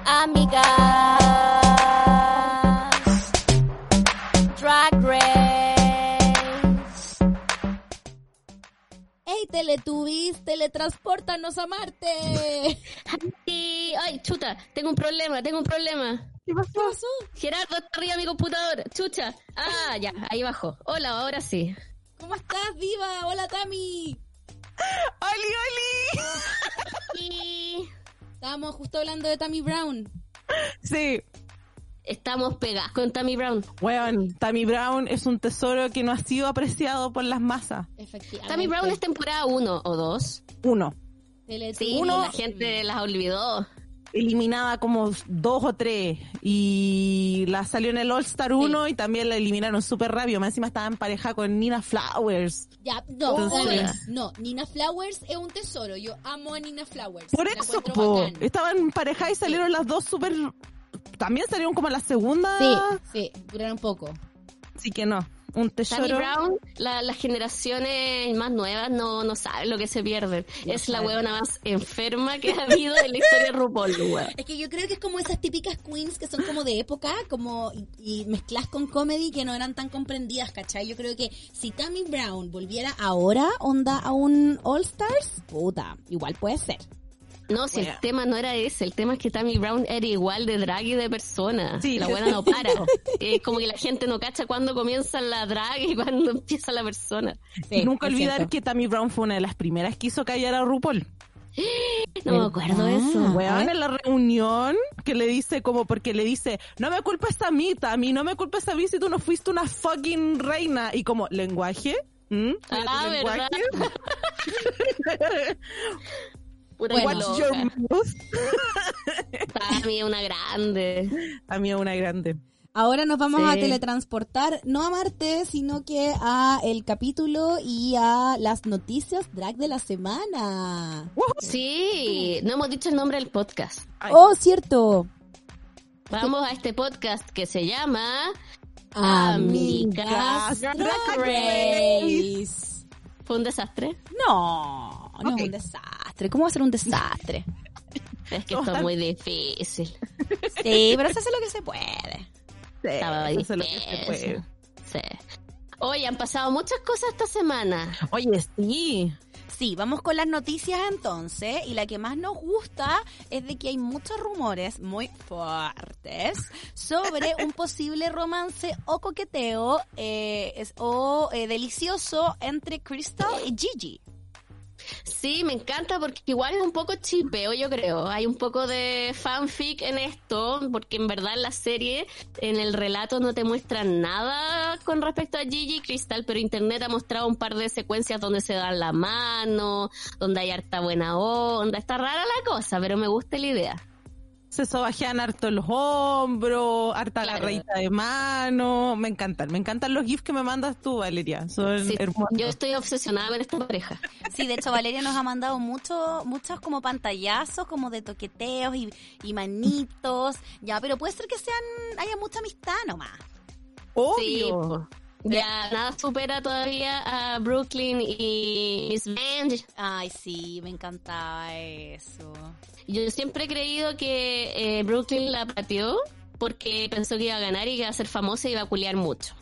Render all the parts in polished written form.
Amigas, Drag Race. ¡Ey, Teletubbies! ¡Teletranspórtanos a Marte! Ay, chuta, tengo un problema. ¿Qué pasó? Gerardo está arriba de mi computador, chucha. Ah, ya, ahí bajo. Hola, ahora sí. ¿Cómo estás, Diva? ¡Hola, Tami! ¡Oli! Y Estábamos justo hablando de Tammy Brown. Sí, estamos pegadas con Tammy Brown. weón, Tammy Brown es un tesoro que no ha sido apreciado por las masas. Efectivamente. Tammy Brown es temporada 1 o 2. 1. Sí, la gente las olvidó. Eliminada como 2 o 3 y la salió en el All Star 1 y también la eliminaron súper rápido. Más encima estaba en pareja con Nina Flowers. Ya, no, Entonces- no, Nina Flowers es un tesoro. Yo amo a Nina Flowers. Por La eso, encuentro po, bacán. estaban en pareja y salieron las dos súper... También salieron como a la segunda. Sí, duraron poco. Así que no, un Tammy tesoro. Brown, las generaciones más nuevas no saben lo que se pierden. Es la huevona más enferma que ha habido en la historia de RuPaul, weón. Es que yo creo que es como esas típicas queens que son como de época, como y mezclas con comedy que no eran tan comprendidas, ¿cachai? Yo creo que si Tammy Brown volviera ahora, onda, a un All Stars, puta, igual puede ser. No, si el tema no era ese, el tema es que Tammy Brown era igual de drag y de persona. Sí. La buena no para. Es como que la gente no cacha cuándo comienza la drag y cuándo empieza la persona. Y nunca es olvidar cierto. que Tammy Brown fue una de las primeras que hizo callar a RuPaul. No me acuerdo de eso. Weón, en la reunión que le dice como porque le dice, no me culpes a mí, Tammy, no me culpes a mí si tú no fuiste una fucking reina. Y como, ¿lenguaje? Cuida tu ¿verdad? Puta Bueno. What's loca. your mouth? Tammy es una grande. A mí es una grande. Ahora nos vamos Sí. a teletransportar, no a Marte, sino que a el capítulo y a las noticias drag de la semana. Sí, no hemos dicho el nombre del podcast. Ay. Oh, cierto. Vamos a este podcast que se llama Amigas Drag Drag Race. ¿Fue un desastre? No, no Ok. es un desastre. ¿Cómo va a ser un desastre? Es que esto es muy difícil. Sí, pero se hace lo que se puede. Sí, Estaba eso es lo que se difícil. puede. Sí. Oye, han pasado muchas cosas esta semana. Oye, sí. Sí, vamos con las noticias entonces, y la que más nos gusta es de que hay muchos rumores muy fuertes sobre un posible romance o coqueteo delicioso entre Crystal y Gigi. Sí, me encanta porque igual es un poco chipeo, yo creo. Hay un poco de fanfic en esto, porque en verdad en la serie, en el relato no te muestran nada con respecto a Gigi y Crystal, pero internet ha mostrado un par de secuencias donde se dan la mano, donde hay harta buena onda. Está rara la cosa, pero me gusta la idea. Se sobajean harto los hombros, harta Claro. agarradita de mano. Me encantan los gifs que me mandas tú, Valeria. Son Sí, hermosos. yo estoy obsesionada con esta pareja. Sí, de hecho Valeria nos ha mandado muchos como pantallazos, como de toqueteos y manitos, ya, pero puede ser que haya mucha amistad nomás. Sí, Obvio. po. Ya nada supera todavía a Brooklyn y Miss Benj. Ay, sí, me encantaba eso. Yo siempre he creído que Brooklyn la pateó porque pensó que iba a ganar y que iba a ser famosa y iba a culiar mucho.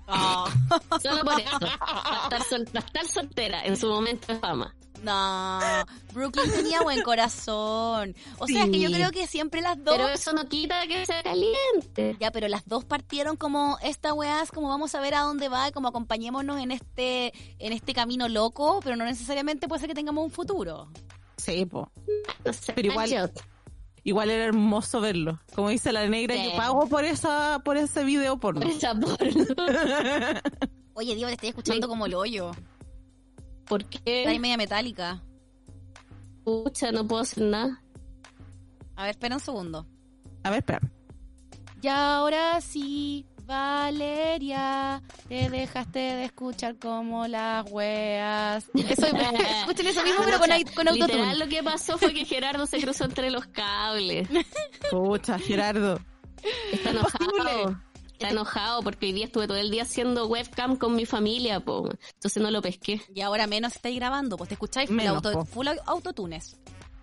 Solo por eso. Para estar soltera en su momento de fama. No, Brooklyn tenía buen corazón. O sea, es que yo Sí. creo que siempre las dos... Pero eso no quita que sea caliente. Ya, pero las dos partieron como esta weá, es como vamos a ver a dónde va, como acompañémonos en este camino loco, pero no necesariamente puede ser que tengamos un futuro. Sí, po. No sé, Pero igual era hermoso verlo. Como dice la negra, Sí. yo pago por ese video porno. por esa porno. Oye, Dios, te estoy escuchando como el hoyo. ¿Por Está ahí qué? media metálica. Pucha, no puedo hacer nada. A ver, espera un segundo. A ver, espera. Y ahora sí, Valeria, te dejaste de escuchar como las weas. Eso, escuchen eso mismo, pero con Literal, autotune. lo que pasó fue que Gerardo se cruzó entre los cables. Pucha, Gerardo. Está enojado. Imposible. Está enojado porque hoy día estuve todo el día haciendo webcam con mi familia, po. Entonces no lo pesqué. Y ahora menos estáis grabando, pues te escucháis full, Menos, po. full autotunes.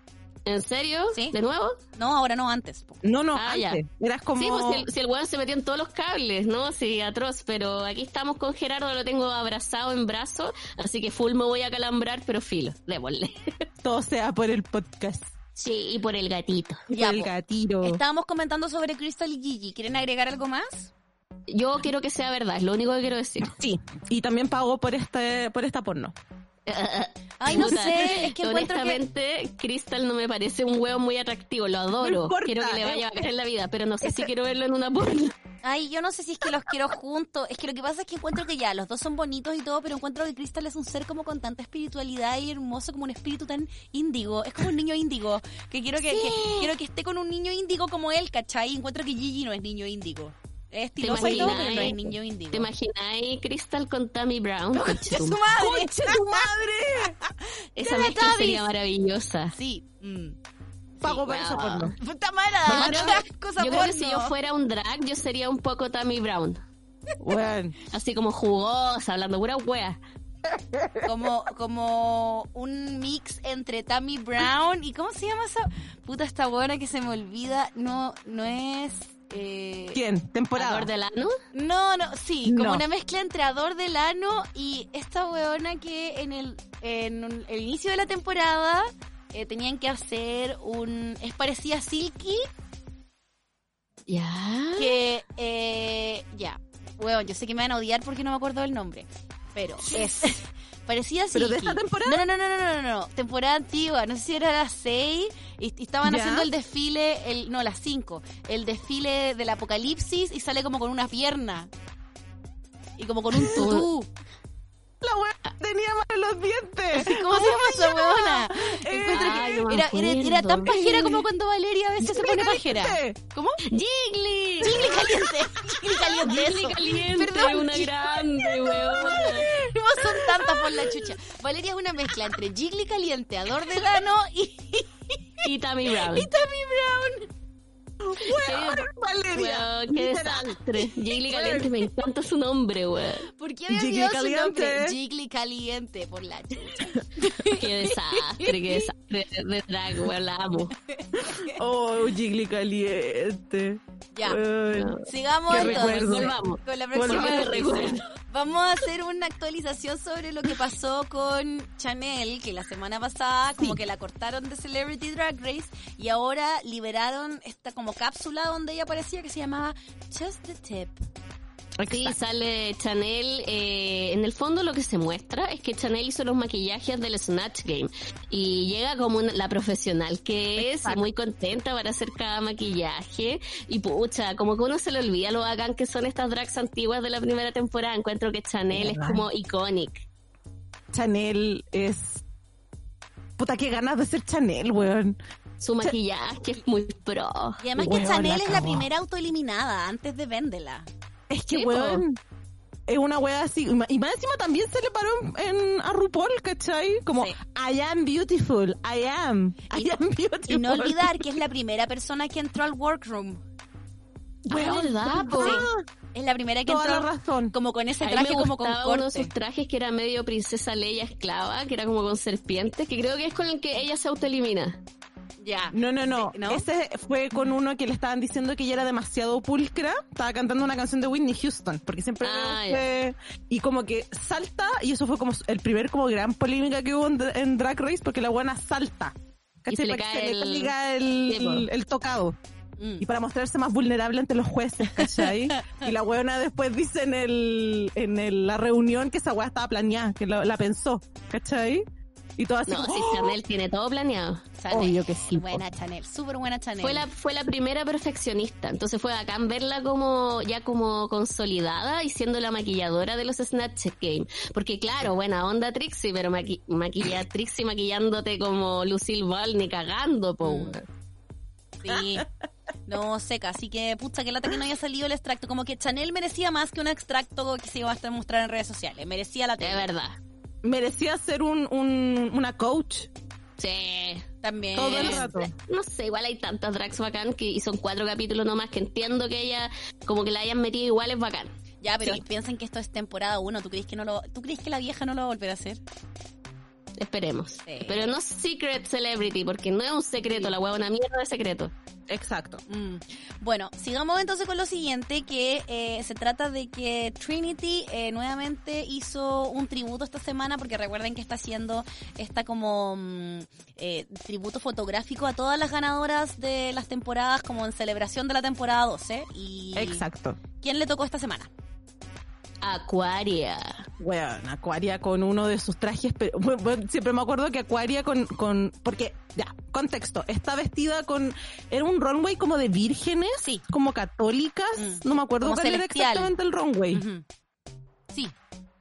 ¿En serio? Sí. ¿De nuevo? No, ahora no, antes. Po. No, Ah, ya. antes. Eras como... Sí, pues si el weón se metió en todos los cables, ¿no? Sí, atroz, pero aquí estamos con Gerardo, lo tengo abrazado en brazo, así que full me voy a calambrar, pero filo, démosle. todo sea por el podcast. Sí, y por el gatito. Y Ya, por el po. gatito. Estábamos comentando sobre Crystal y Gigi. ¿Quieren agregar algo más? Yo quiero que sea verdad, es lo único que quiero decir. Sí, y también pagó por esta porno. Ay, no Puta, sé, es que encuentro que... honestamente, Crystal no me parece un huevo muy atractivo, lo adoro. No importa, Quiero que le vaya a caer en la vida, pero no sé si quiero verlo en una porno. Ay, yo no sé si es que los quiero juntos. Es que lo que pasa es que encuentro que ya, los dos son bonitos y todo, pero encuentro que Crystal es un ser como con tanta espiritualidad y hermoso, como un espíritu tan índigo. Es como un niño índigo. Que quiero que quiero que esté con un niño índigo como él, ¿cachai? Encuentro que Gigi no es niño índigo. Es estiloso y todo, pero no es niño índigo. ¿Te imagináis Crystal con Tammy Brown? ¡Concha su madre! ¡Conche tu madre! Esa ¡Dale, mezcla Tavis! sería maravillosa. Sí. Pago por esa wow. porno. Puta madre, Yo da creo- cosa Yo creo que porno. si yo fuera un drag, yo sería un poco Tammy Brown. Bueno, Así como jugosa, hablando pura wea. Como un mix entre Tammy Brown y ¿cómo se llama esa puta esta buena que se me olvida? No es ¿quién? Temporada. ¿Ador del ano? no, sí, como No. una mezcla entre Ador Delano y esta weona que en el inicio de la temporada tenían que hacer es parecida a Silky, Ya. que ya, weón, yo sé que me van a odiar porque no me acuerdo del nombre, pero es parecía así. ¿Pero de esta temporada? No, temporada antigua, no sé si era las 6 y estaban ¿Ya? haciendo el desfile, las 5, el desfile del apocalipsis y sale como con una pierna y como con un tutú. La wea tenía mal en los dientes. ¿Cómo se llama esa huevona? Encuentro Ay, que no me era tan acuerdo. pajera como cuando Valeria a veces se pone pajera. ¿Cómo? ¡Jiggly! Jiggly caliente. Jiggly caliente. Jiggly eso. caliente, Perdón, una grande, weón. no son tantas por la chucha. Valeria es una mezcla entre Jiggly caliente, Ador Delano y Y Tammy Brown. Tammy Brown. Valeria. Weón, qué desastre. Jiggly caliente, me encanta su nombre, weón. ¿Por qué había Jiggly olvidado su caliente. nombre? Jiggly caliente, por la chucha. Qué desastre de drag, weón, la amo. Oh, Jiggly caliente. Ya. Weón. Sigamos Qué entonces recuerdo. Volvamos. con la próxima Volvamos. noticia. Vamos a hacer una actualización sobre lo que pasó con Chanel, que la semana pasada como que la cortaron de Celebrity Drag Race y ahora liberaron esta como cápsula donde ella aparecía que se llamaba Just the Tip. Sí, sale Chanel. En el fondo lo que se muestra es que Chanel hizo los maquillajes del Snatch Game y llega como la profesional que es, y muy contenta para hacer cada maquillaje. Y pucha, como que uno se le olvida lo bacán que son estas drags antiguas de la primera temporada. Encuentro que Chanel es ¿Verdad? como iconic. Chanel es... Puta, qué ganas de ser Chanel, weón. Su maquillaje es muy pro. Y además Weón, que Chanel la es la cagó. primera autoeliminada antes de Véndela. Es que, Sí, weón, es una wea así. Y más encima también se le paró a RuPaul, ¿cachai? Como, Sí. I am beautiful, I am beautiful. Y no olvidar que es la primera persona que entró al workroom. Ah, ¿verdad, po? Sí. Es la primera que Toda la entró razón. como con ese A mí traje me como con gustaba uno de corte. sus trajes que era medio princesa Leia esclava, que era como con serpientes, que creo que es con el que ella se autoelimina. Ya. No. Sí, ¿no? Ese fue con uno que le estaban diciendo que ella era demasiado pulcra. Estaba cantando una canción de Whitney Houston, porque siempre Ah, fue... Y como que salta, y eso fue como el primer como gran polémica que hubo en Drag Race, porque la buena salta. ¿Cachai? Y se le Para que cae se le el- caiga Sí, po. el tocado. Mm. Y para mostrarse más vulnerable ante los jueces, ¿cachai? Y la buena después dice la reunión que esa weá estaba planeada, que la pensó, ¿cachai? Y todo así No, como, si ¡oh! Chanel tiene todo planeado. Chanel. Obvio que sí, po. Buena Chanel, súper buena Chanel. Fue la primera perfeccionista, entonces fue bacán verla como ya como consolidada y siendo la maquilladora de los Snatch Game. Porque claro, buena onda Trixie, pero maquilla Trixie maquillándote como Lucille Ball ni cagando, po. Mm. Sí. No, seca. Así que, pucha, que lata que no haya salido el extracto. Como que Chanel merecía más que un extracto que se iba a estar mostrar en redes sociales. Merecía la De tele. verdad. Merecía ser una coach Sí. También. todo el rato. No sé, igual hay tantas drags bacán y son 4 capítulos nomás que entiendo que ella como que la hayan metido igual es bacán. Ya, pero Sí. piensen que esto es temporada 1. ¿Tú crees que la vieja no lo va a volver a hacer? Esperemos. Sí. Pero no Secret Celebrity, porque no es un secreto, la hueá una mierda de secreto. Exacto. Bueno, sigamos entonces con lo siguiente, que se trata de que Trinity nuevamente hizo un tributo esta semana, porque recuerden que está haciendo esta como tributo fotográfico a todas las ganadoras de las temporadas, como en celebración de la temporada 12. Y Exacto. ¿quién le tocó esta semana? Aquaria. Bueno, Aquaria con uno de sus trajes, bueno, siempre me acuerdo que Aquaria porque, ya, contexto, está vestida era un runway como de vírgenes, Sí. como católicas, no me acuerdo Como cuál era celestial. exactamente el runway. Ujú. Sí.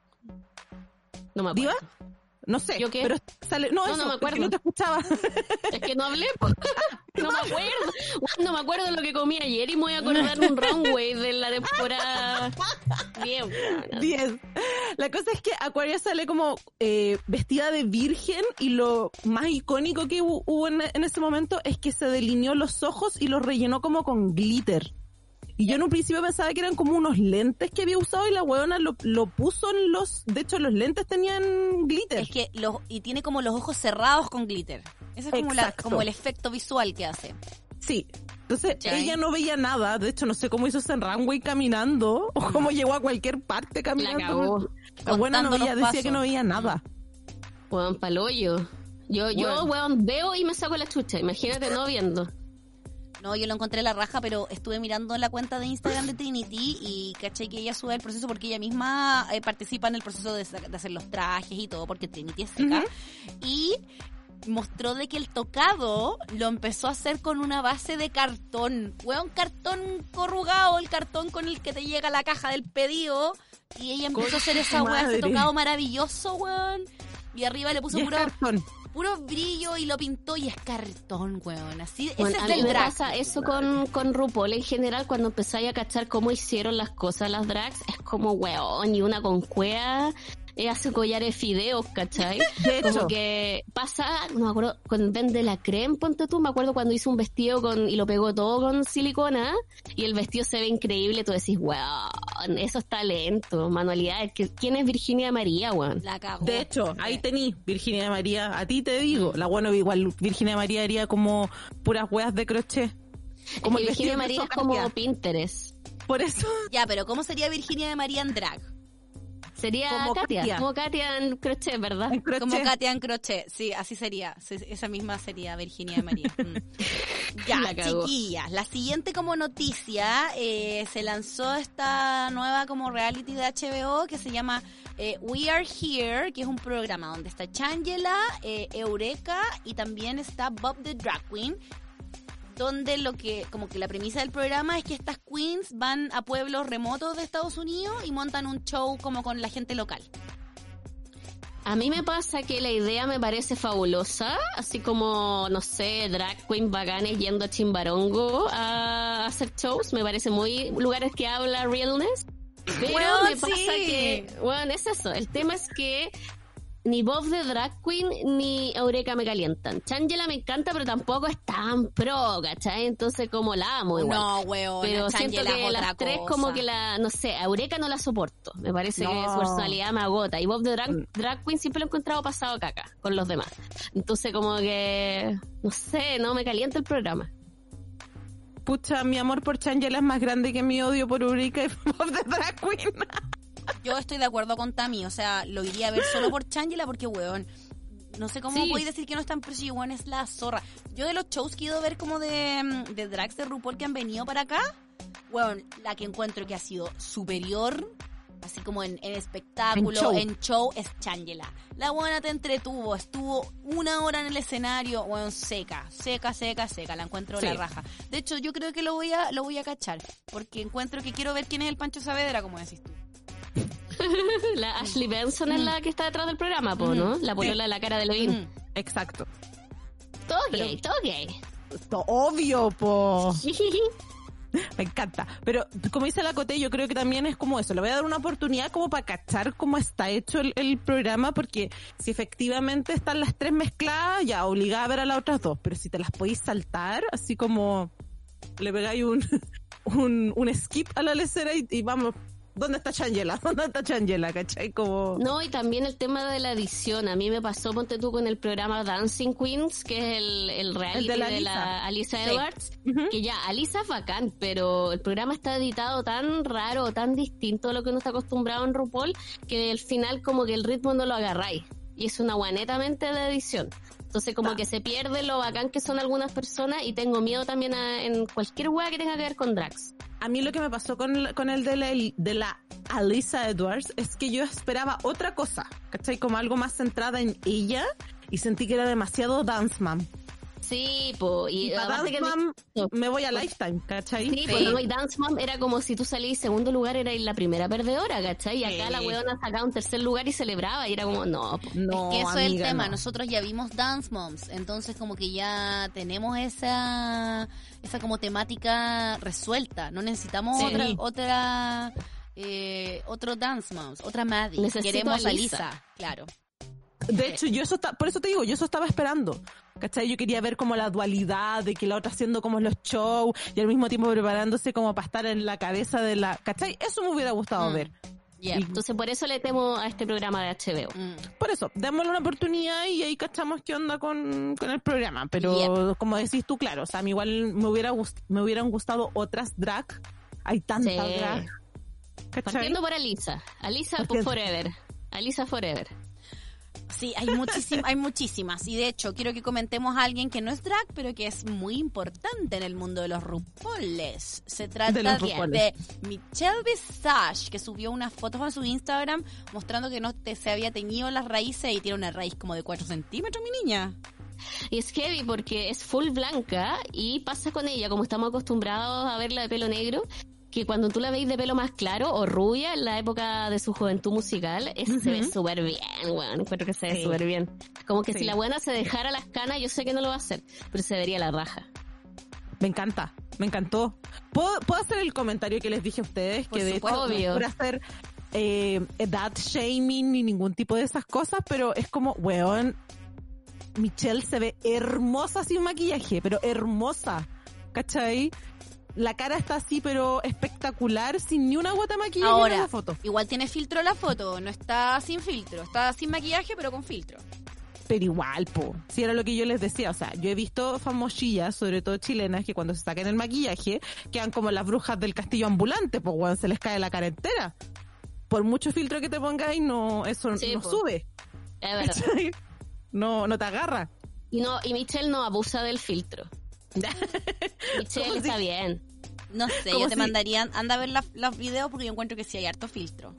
No me acuerdo. ¿Diva? No sé, ¿Yo qué? pero sale, no, No, eso, no me es que acuerdo. no te escuchaba. Es que no hablé, po. No me acuerdo. No me acuerdo lo que comí ayer y me voy a acordar un runway de la temporada. Bien. 10. La cosa es que Aquaria sale como vestida de virgen y lo más icónico que hubo en ese momento es que se delineó los ojos y los rellenó como con glitter. Y yo en un principio pensaba que eran como unos lentes que había usado y la huevona lo puso en de hecho los lentes tenían glitter. Es que y tiene como los ojos cerrados con glitter. Ese es como, Exacto. como el efecto visual que hace. Sí. Entonces ¿Cachai? ella no veía nada, de hecho no sé cómo hizo ese runway caminando o cómo llegó a cualquier parte caminando. La cagó. La buena no Contando veía, los decía que no pasos. veía nada. Weón, pa'lhoyo. Yo, Bueno. weón, veo y me saco la chucha. Imagínate no viendo. No, yo lo encontré la raja, pero estuve mirando la cuenta de Instagram de Trinity y caché que ella sube el proceso porque ella misma participa en el proceso de hacer los trajes y todo, porque Trinity es seca. Y mostró de que el tocado lo empezó a hacer con una base de cartón. Weón, cartón corrugado, el cartón con el que te llega la caja del pedido. Y ella empezó a hacer esa weá, ese Madre. tocado maravilloso, weón. Y arriba le puso Y es puro cartón. brillo y lo pintó y es cartón, weón. Así, Bueno, ese a es mí del me drag. pasa eso con RuPaul en general, cuando empezáis a cachar cómo hicieron las cosas las drags, es como weón, y una con cuea hace collares fideos, ¿cachai? De hecho. Como que pasa, no me acuerdo, con Vende la Creme, ponte tú, me acuerdo cuando hizo un vestido y lo pegó todo con silicona, y el vestido se ve increíble, tú decís, weón, eso es talento, manualidades. ¿Quién es Virginia María, weón? La cagó. De hecho, ahí tení Virginia de María, a ti te digo, la bueno igual Virginia de María haría como puras weas de crochet. Como Es que el vestido Virginia de María es Sofía. como Pinterest. Por eso, Ya, pero ¿cómo sería Virginia de María en drag? Sería Como Katia, Katia. como Katia en crochet, ¿verdad? en crochet. Como Katia en crochet, sí, así sería. Sí, esa misma sería Virginia de María. Ya, La cagó. chiquillas, la siguiente como noticia, se lanzó esta nueva como reality de HBO que se llama We Are Here, que es un programa donde está Shangela, Eureka y también está Bob the Drag Queen, donde como que la premisa del programa es que estas queens van a pueblos remotos de Estados Unidos y montan un show como con la gente local. A mí me pasa que la idea me parece fabulosa, así como, no sé, drag queen bacanes yendo a Chimbarongo a hacer shows, me parece muy lugares que habla realness, pero Weón, me pasa sí. que, bueno, es eso, el tema es que ni Bob de Drag Queen ni Eureka me calientan. Shangela me encanta, pero tampoco es tan pro, ¿cachai? Entonces como la amo igual. No, weón, Pero siento Shangela que es otra las tres cosa. como que no sé, a Eureka no la soporto. Me parece No. que su personalidad me agota. Y Bob de Drag Queen siempre lo he encontrado pasado caca con los demás. Entonces como que, no sé, no me calienta el programa. Pucha, mi amor por Shangela es más grande que mi odio por Eureka y por The Drag Queen. Yo estoy de acuerdo con Tami, o sea, lo iría a ver solo por Shangela porque, weón, no sé cómo Sí. podéis decir que no están, pero si weón es la zorra. Yo de los shows que he ido a ver como de drags de RuPaul que han venido para acá, weón, la que encuentro que ha sido superior, así como en espectáculo, en show, es Shangela. La buena te entretuvo, estuvo 1 hora en el escenario, weón, seca, la encuentro Sí. la raja. De hecho, yo creo que lo voy a cachar, porque encuentro que quiero ver quién es el Pancho Saavedra, como decís tú. La Ashley Benson es la que está detrás del programa, po, ¿no? La polola de la cara de Levine. Mm. Exacto. Todo gay, todo gay. Esto, obvio, po. Me encanta. Pero como dice la Coté, yo creo que también es como eso. Le voy a dar una oportunidad como para cachar cómo está hecho el programa, porque si efectivamente están las tres mezcladas, ya obligada a ver a las otras dos. Pero si te las podéis saltar, así como le pegáis un skip a la lecera y vamos ¿Dónde está Shangela? ¿Dónde está Shangela? ¿Cachai? Como... No, y también el tema de la edición. A mí me pasó, ponte tú, con el programa Dancing Queens, que es el reality El de de la la Alisa Sí. Edwards, Ujú. que ya, Alisa es bacán, pero el programa está editado tan raro, tan distinto a lo que uno está acostumbrado en RuPaul, que al final como que el ritmo no lo agarráis. Y es una guanetamente de edición. Entonces como que se pierde lo bacán que son algunas personas y tengo miedo también en cualquier hueá que tenga que ver con drags. A mí lo que me pasó con el de la Alisa Edwards es que yo esperaba otra cosa, ¿cachai? Como algo más centrada en ella y sentí que era demasiado Dance Mom. Sí, po, Y para aparte Dance que... Mom me voy a Lifetime, ¿cachai? Sí, pues no, y Dance Mom era como si tú salís segundo lugar, era la primera perdedora, ¿cachai? Y acá Sí. la weona sacaba un tercer lugar y celebraba, y era como, no, po. No, Es que eso es el amiga, tema. no. Nosotros ya vimos Dance Moms, entonces como que ya tenemos esa como temática resuelta. No necesitamos Sí. otro Dance Moms, otra Maddie. Necesito Queremos a a Lisa. Lisa, claro. De hecho, por eso te digo, yo eso estaba esperando. ¿Cachai? Yo quería ver como la dualidad de que la otra haciendo como los shows y al mismo tiempo preparándose como para estar en la cabeza de la... ¿Cachai? Eso me hubiera gustado ver. Yeah. Y Entonces por eso le temo a este programa de HBO. por eso, démosle una oportunidad y ahí cachamos qué onda con el programa. Pero como decís tú, claro, o sea, a mí igual me hubieran gustado otras drag. Hay tantas Sí. drag. ¿Cachai? Partiendo por Alisa. Alisa por Forever. Alisa Forever. Sí, hay muchísimas. Y de hecho, quiero que comentemos a alguien que no es drag, pero que es muy importante en el mundo de los RuPaules. Se trata De los RuPaules. de Michelle Visage, que subió unas fotos a su Instagram mostrando que se había teñido las raíces y tiene una raíz como de 4 centímetros, mi niña. Y es heavy porque es full blanca y pasa con ella, como estamos acostumbrados a verla de pelo negro, que cuando tú la veis de pelo más claro o rubia en la época de su juventud musical, se ve súper bien, weón. Encuentro que se ve Sí. súper bien. Como que Sí. si la buena se dejara las canas, yo sé que no lo va a hacer, pero se vería la raja. Me encanta, me encantó. ¿Puedo hacer el comentario que les dije a ustedes? Por Que de hecho supuesto. no es por hacer edad shaming ni ningún tipo de esas cosas, pero es como, weón, Michelle se ve hermosa sin maquillaje, pero hermosa, ¿cachai? La cara está así, pero espectacular, sin ni una gota de maquillaje en Ahora, la foto. igual tiene filtro la foto, no está sin filtro, está sin maquillaje, pero con filtro. Pero igual, po. Si era lo que yo les decía, o sea, yo he visto famosillas, sobre todo chilenas, que cuando se sacan el maquillaje, quedan como las brujas del castillo ambulante, pues, weón, se les cae la cara entera. Por mucho filtro que te pongáis, no, eso Sí, no po. sube. Es verdad. ¿Cachai? No te agarra. Y Michelle no abusa del filtro. Michelle ¿Cómo está si- bien. No sé, Como yo te si- mandaría, anda a ver los videos porque yo encuentro que sí hay harto filtro.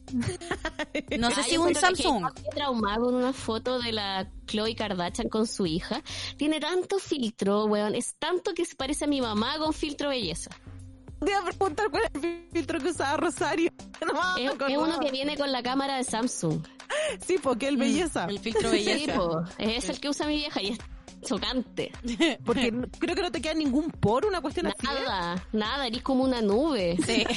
No sé Ah, si yo un encuentro que Samsung. quedé traumado con una foto de la Khloe Kardashian con su hija. Tiene tanto filtro, weón. Es tanto que se parece a mi mamá con filtro belleza. Te iba a preguntar cuál es el filtro que usaba Rosario. No me Es acordaba. uno que viene con la cámara de Samsung. Sí, porque el belleza. El filtro Sí, belleza. po. Es el que usa mi vieja y es chocante. Porque creo que no te queda ningún poro, una cuestión así. ¿eh? Nada, eres como una nube. Sí.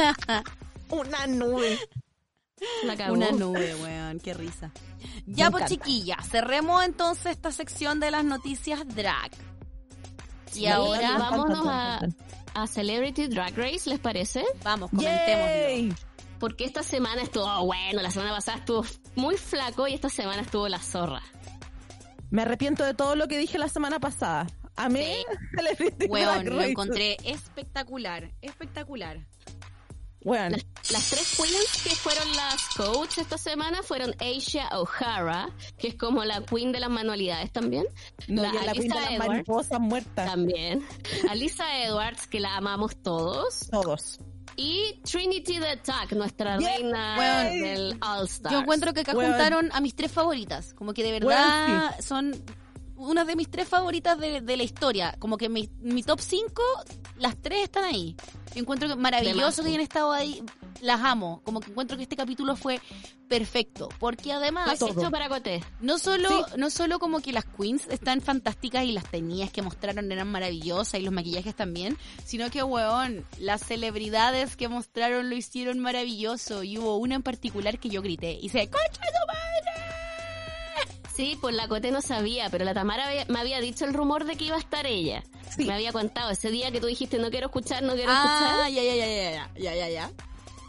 Una nube. La cagó. Una nube, weón, qué risa. Ya, Me pues encanta. chiquilla, cerremos entonces esta sección de las noticias drag. Y Sí, ahora vámonos a Celebrity Drag Race, ¿les parece? vamos, comentémoslo. ¡Yay! Porque esta semana estuvo bueno, la semana pasada estuvo muy flaco y esta semana estuvo la zorra. Me arrepiento de todo lo que dije la semana pasada. Amé Celebrity Weón, Drag lo Race. encontré espectacular, espectacular. Weón, Las tres queens que fueron las coach esta semana fueron Asia O'Hara, que es como la queen de las manualidades también. no, y en la Alyssa pinta de las Edwards mariposas muertas. también. Alyssa Edwards, que la amamos todos. Todos. Y Trinity the Tuck, nuestra Yay. reina Weón. del All Stars. Yo encuentro que acá Weón. juntaron a mis tres favoritas. Como que de verdad son una de mis tres favoritas de la historia. Como que mi top 5, las tres están ahí. Yo encuentro que maravilloso Temazo. que hayan estado ahí. Las amo. Como que encuentro que este capítulo fue perfecto. Porque además, Fue hecho para Coté. no solo como que las queens están fantásticas y las teñidas que mostraron eran maravillosas y los maquillajes también, sino que, weón, las celebridades que mostraron lo hicieron maravilloso. Y hubo una en particular que yo grité. Y se ¡concha de tu madre! Sí, pues la Coté no sabía, pero la Tamara me había dicho el rumor de que iba a estar ella. Sí. Me había contado ese día que tú dijiste no quiero escuchar, no quiero Ah, escuchar. ya.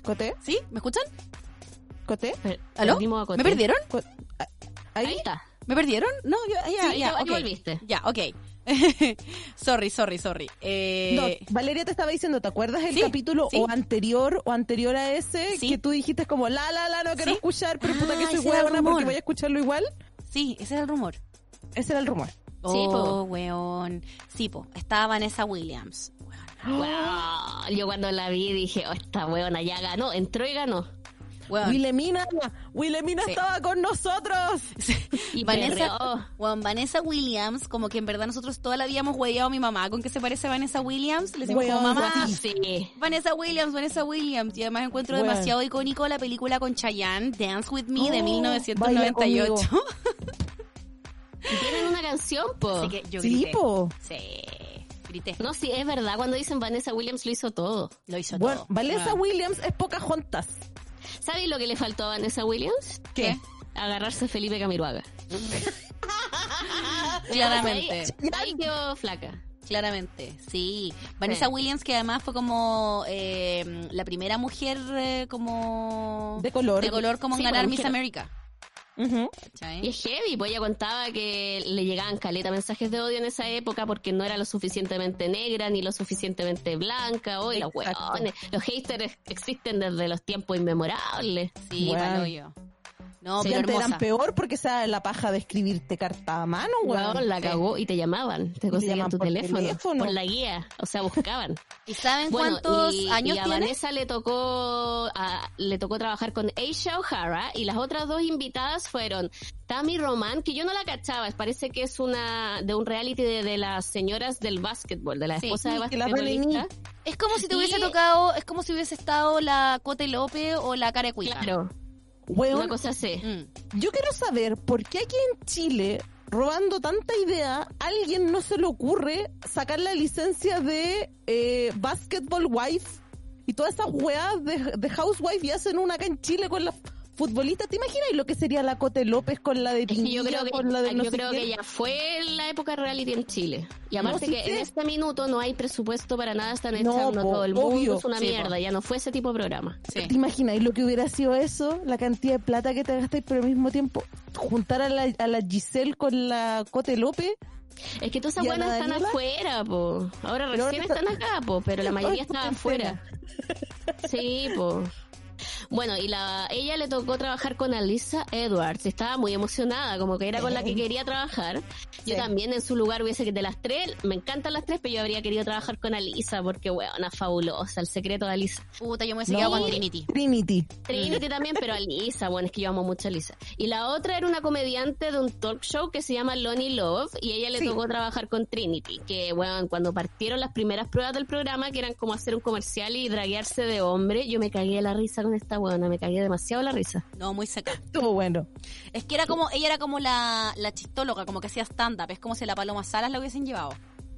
¿Coté? ¿Sí? ¿Me escuchan? ¿Coté? ¿Aló? Perdimos a Coté. ¿Me perdieron? Ahí está. ¿Me perdieron? No, ya, Sí, ya, ahí ok. volviste. Ya, ok. sorry. No, Valeria te estaba diciendo, ¿te acuerdas el Sí, capítulo sí. o anterior a ese Sí. que tú dijiste como no quiero Sí. escuchar, pero puta que Ah, soy ese era el huevona rumor. porque voy a escucharlo igual? Sí, ese era el rumor. Ese era el rumor. Oh, weón. Sí, po. Estaba Vanessa Williams. Weón. Wow. Yo cuando la vi dije, esta weona ya ganó, entró y ganó. Weón. Wilhelmina Sí. estaba con nosotros. Y Vanessa, perreó. weón, Vanessa Williams, como que en verdad nosotros toda la vida hemos hueveado a mi mamá con que se parece a Vanessa Williams. Le decimos como Weón, mamá. Sí. Vanessa Williams. Y además encuentro Weón. demasiado icónico la película con Chayanne, Dance With Me, de Oh, 1998. Y tienen una canción, po. Así que yo Sí, grité. po. Sí, grité. No, sí, es verdad. Cuando dicen Vanessa Williams lo hizo todo. Lo hizo Bueno, todo. Vanessa Weón. Williams es Pocahontas. ¿Sabes lo que le faltó a Vanessa Williams? ¿Qué? Agarrarse a Felipe Camiroaga. Claramente. Ahí quedó flaca. Claramente, sí. Vanessa Williams, que además fue como la primera mujer como De color. como en Sí, ganar pues, Miss mujer. América. Ujú. ¿Cachai? Y es heavy, pues ella contaba que le llegaban caleta mensajes de odio en esa época porque no era lo suficientemente negra ni lo suficientemente blanca. Hoy los Exacto. hueones, los haters existen desde los tiempos inmemorables. Sí, Bueno. palo yo. No, Sí, pero antes hermosa. eran peor porque se da la paja de escribirte carta a mano, weón. Hueón, la sí. cagó y te llamaban, te conseguían llamaban tu por teléfono, teléfono. por la guía, o sea, buscaban. ¿Y saben Bueno, cuántos y años a tiene? Vanessa le tocó trabajar con Aisha O'Hara y las otras dos invitadas fueron Tammy Roman, que yo no la cachaba, parece que es una de un reality de las señoras del básquetbol, de la Sí, esposa de que la basquetbolista. Es como si te hubiese Y- tocado, es como si hubiese estado la Cote López o la Carecuica. Claro, Weón, una cosa así. Mm. yo quiero saber por qué aquí en Chile, robando tanta idea, a alguien no se le ocurre sacar la licencia de Basketball Wife y todas esas weas de Housewife y hacen una acá en Chile con las futbolistas. ¿Te imaginas lo que sería la Cote López con la de Es que Piñilla, yo creo que, con la de no yo sé creo qué? que ya fue la época reality en Chile. Y aparte sí que en sé. este minuto no hay presupuesto para nada, están No, echando po, todo el mundo, obvio. es una Sí, mierda, po. ya no fue ese tipo de programa. Sí. ¿Te imaginas lo que hubiera sido eso? La cantidad de plata que te gastáis, pero al mismo tiempo juntar a la Giselle con la Cote López. Es que todas esas ¿Y a buenas la están Daniela? afuera, po. Ahora Pero recién ahora están acá, po, pero la mayoría Ay, estaba qué afuera. Sí, po. Bueno, y ella le tocó trabajar con Alisa Edwards, y estaba muy emocionada, como que era con la que quería trabajar. Yo Sí. también en su lugar hubiese que de las tres, me encantan las tres, pero yo habría querido trabajar con Alisa, porque weona, fabulosa, el secreto de Alisa. Puta, yo me hubiese No. quedado con Trinity. Trinity. Trinity también, pero Alisa, bueno, es que yo amo mucho a Alisa. Y la otra era una comediante de un talk show que se llama Lonnie Love, y ella le Sí. tocó trabajar con Trinity, que bueno, cuando partieron las primeras pruebas del programa, que eran como hacer un comercial y draguearse de hombre, yo me cagué de la risa con esta buena, me cagué demasiado la risa. No, muy seca. Estuvo bueno. Es que era como, ella era como la chistóloga, como que hacía stand-up. Es como si la Paloma Salas la hubiesen llevado.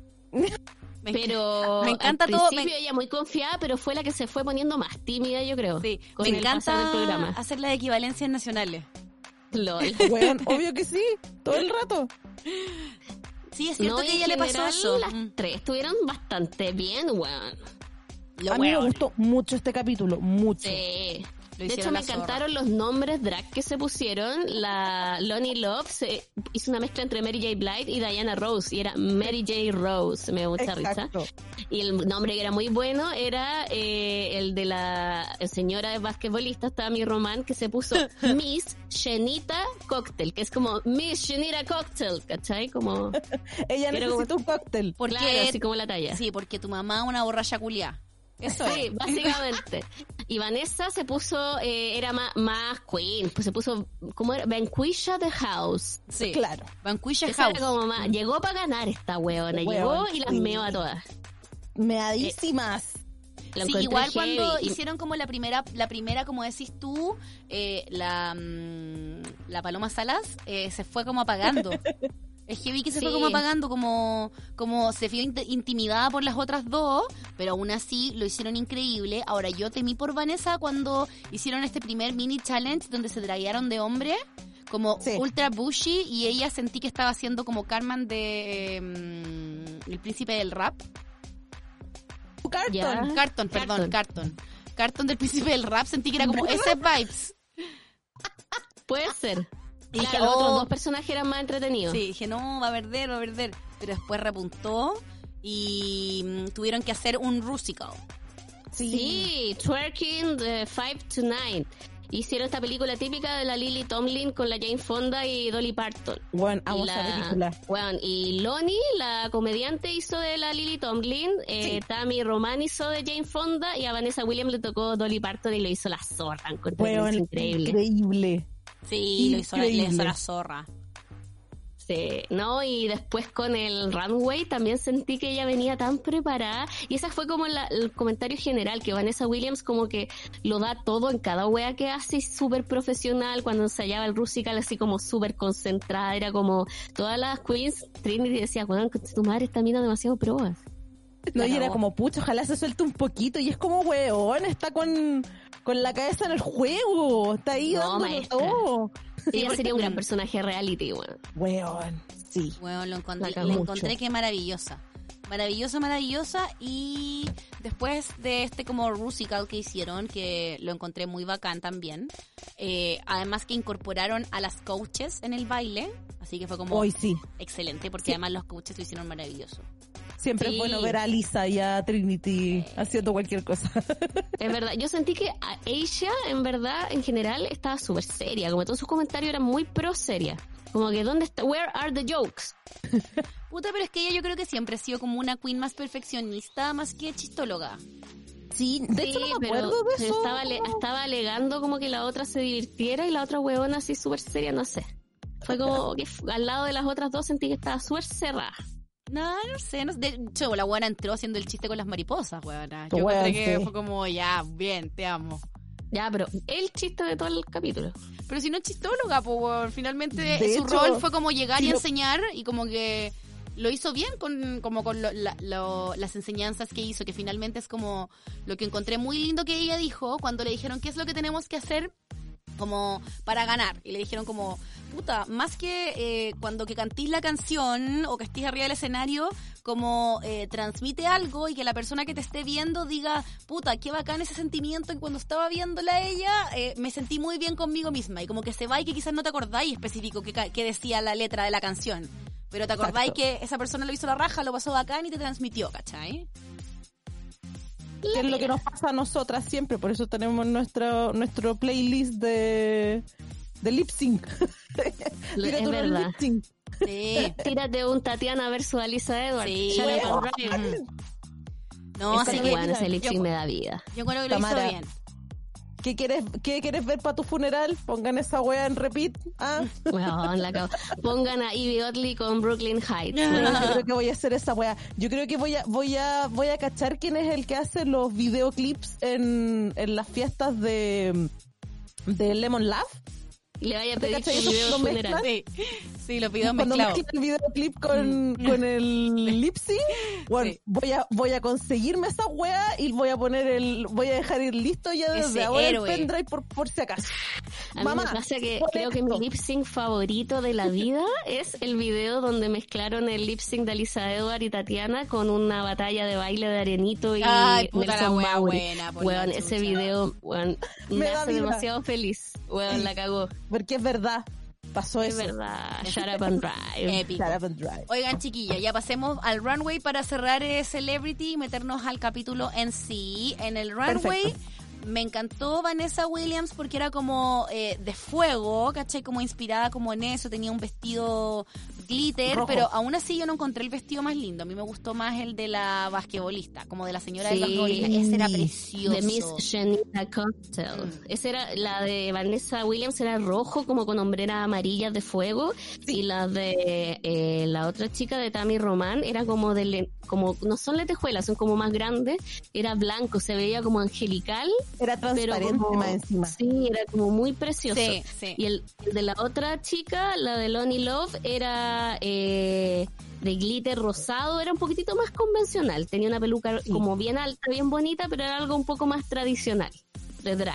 Me Pero me encanta al todo. principio ella muy confiada, pero fue la que se fue poniendo más tímida, yo creo. Sí, con me el pasar del encanta programa. hacer las equivalencias nacionales. LOL. Weón, obvio que sí, todo el rato. Sí, es cierto No, que y ella en le pasó general, eso. las tres estuvieron bastante bien, weón. Lo A mí me weón. gustó mucho este capítulo, mucho. Sí. Lo De hecho, hicieron me la zorra. encantaron los nombres drag que se pusieron. La Lonnie Love se hizo una mezcla entre Mary J. Blige y Diana Rose. Y era Mary J. Rose. Me dio mucha risa. Exacto. Y el nombre que era muy bueno era el de la señora de basquetbolista, Tammy Roman, que se puso Miss Shenita Cocktail, que es como Miss Shenita Cocktail, ¿cachai? Como, Ella Pero necesita un cóctel. Porque, claro, así como la talla. sí, porque tu mamá es una borracha culiá. Eso Sí, es. básicamente. Y Vanessa se puso, era más queen, pues se puso, ¿cómo era? Vanquisha the House. Sí. Claro. Vanquisha Esa House. era como más, llegó para ganar esta weona, Weón, llegó y las sí. meó a todas. Meadísimas. La Sí, encontré igual heavy cuando y- hicieron como la primera, como decís tú, la Paloma Salas se fue como apagando. Es heavy que se fue Sí. como apagando, como se vio intimidada por las otras dos, pero aún así lo hicieron increíble. Ahora, yo temí por Vanessa cuando hicieron este primer mini challenge donde se draguearon de hombre, como Sí. ultra bushy, y ella sentí que estaba haciendo como Carmen de El Príncipe del Rap. Carton. Ya. Carton. Carton del Príncipe del Rap, sentí que era como ese vibes. Puede ser. Y Claro, dije, los otros oh, dos personajes eran más entretenidos. sí, dije, no, va a perder. Pero después repuntó y tuvieron que hacer un Rusical. Sí, Twerking de 5 to 9. Hicieron esta película típica de la Lily Tomlin con la Jane Fonda y Dolly Parton. Bueno, amo esa película. Bueno, y Lonnie, la comediante, hizo de la Lily Tomlin, Sí. Tammy Roman hizo de Jane Fonda y a Vanessa Williams le tocó Dolly Parton y lo hizo la zorra. Encontré que Bueno, es increíble. increíble. Sí, le hizo Increíble. la zorra. Sí, no, y después con el runway también sentí que ella venía tan preparada y esa fue como el comentario general, que Vanessa Williams como que lo da todo en cada wea que hace, súper profesional, cuando ensayaba el Rusical así como súper concentrada, era como todas las queens, Trinity decía, weón, tu madre está mina demasiado proa. No, y La era cagó. como, pucha, ojalá se suelte un poquito. Y es como, weón, está con la cabeza en el juego. Está ahí No, dándolo maestra. todo. Ella sería un gran personaje reality, weón. Weón, sí. Bueno, La la cagó encontré mucho. que maravillosa. Maravillosa. Y después de este como Rusical que hicieron, que lo encontré muy bacán también. Además que incorporaron a las coaches en el baile. Así que fue como Hoy sí. excelente, porque Sí. además los coaches lo hicieron maravilloso. Siempre Sí. es bueno ver a Lisa y a Trinity haciendo cualquier cosa. Es verdad, yo sentí que a Asia, en verdad, en general, estaba súper seria, como todos sus comentarios eran muy pro seria. Como que, ¿dónde está? Where are the jokes? Puta, pero es que ella yo creo que siempre ha sido como una queen más perfeccionista, más que chistóloga. Sí, de hecho no me acuerdo de pero eso. estaba alegando como que la otra se divirtiera y la otra huevona así súper seria, no sé. Fue como que al lado de las otras dos sentí que estaba súper cerrada. No sé. De hecho, la buena entró haciendo el chiste con las mariposas, weona. Yo Weón, encontré que sí. fue como, ya, bien, te amo. Ya, pero el chiste de todo el capítulo. Pero si no es chistóloga, pues finalmente De su hecho, rol fue como llegar si y lo- enseñar y como que lo hizo bien con las enseñanzas que hizo, que finalmente es como lo que encontré muy lindo que ella dijo cuando le dijeron qué es lo que tenemos que hacer como para ganar. Y le dijeron como, puta, más que cuando que cantís la canción o que estés arriba del escenario, como transmite algo y que la persona que te esté viendo diga, puta, qué bacán ese sentimiento que cuando estaba viéndola a ella, me sentí muy bien conmigo misma. Y como que se va y que quizás no te acordáis específico que decía la letra de la canción. Pero te acordáis Exacto. que esa persona lo hizo la raja, lo pasó bacán y te transmitió, ¿cachai? Que es lo que nos pasa a nosotras siempre, por eso tenemos nuestro playlist de lip sync. Tírate Es unos verdad. lip sync. Sí. Tírate un Tatiana versus Alisa Edwards. Sí, Shut up weón. and drive. No, Ese así que weón, ese lip sync yo, me da vida. yo creo que lo Tamara. hizo bien. ¿Qué quieres ver para tu funeral? Pongan esa wea en repeat. Ah, Weón, la cago. Pongan a Ivy Oddly con Brooklyn Heights. bueno, weón. yo creo que voy a hacer esa wea. Yo creo que voy a cachar quién es el que hace los videoclips en las fiestas de Lemon Love. Y le vaya a ¿Te pedir cachai? su video Lo funeral. Sí, sí, los videos Cuando mezclados. mezclan el videoclip con el lip sync, bueno, Sí. voy a conseguirme esa wea y voy a dejar ir listo ya desde Ese ahora héroe. el pendrive por si acaso. A mí Mamá, me pasa que pon creo que esto. mi lip sync favorito de la vida es el video donde mezclaron el lip sync de Alisa Edward y Tatiana con una batalla de baile de Arenito y Ay, puta la Nelson wea Mauri. buena, por Weón, la ese chucha. video, weón, Me me da hace vida. demasiado feliz. Weón, la cagó. Porque es verdad, pasó Es eso. verdad. Shut up and drive. Épico. Shut up and drive. Oigan, chiquillas, ya pasemos al runway para cerrar Celebrity y meternos al capítulo en sí. En el runway Perfecto. me encantó Vanessa Williams porque era como de fuego, ¿cachai? Como inspirada como en eso, tenía un vestido glitter, Rojo. pero aún así yo no encontré el vestido más lindo. A mí me gustó más el de la basquetbolista, como de la señora del Sí. basquetbolista. Ese era precioso. De Miss Shanita Cocktail. Esa era la de Vanessa Williams, era rojo como con hombreras amarillas de fuego, y la de la otra chica de Tammy Roman era como como no son lentejuelas, son como más grandes, era blanco, se veía como angelical, Era pero transparente como, más encima. sí, era como muy precioso. Sí, sí. Y el de la otra chica, la de Lonnie Love, era de glitter rosado, era un poquitito más convencional. Tenía una peluca como bien alta, bien bonita, pero era algo un poco más tradicional, de drag.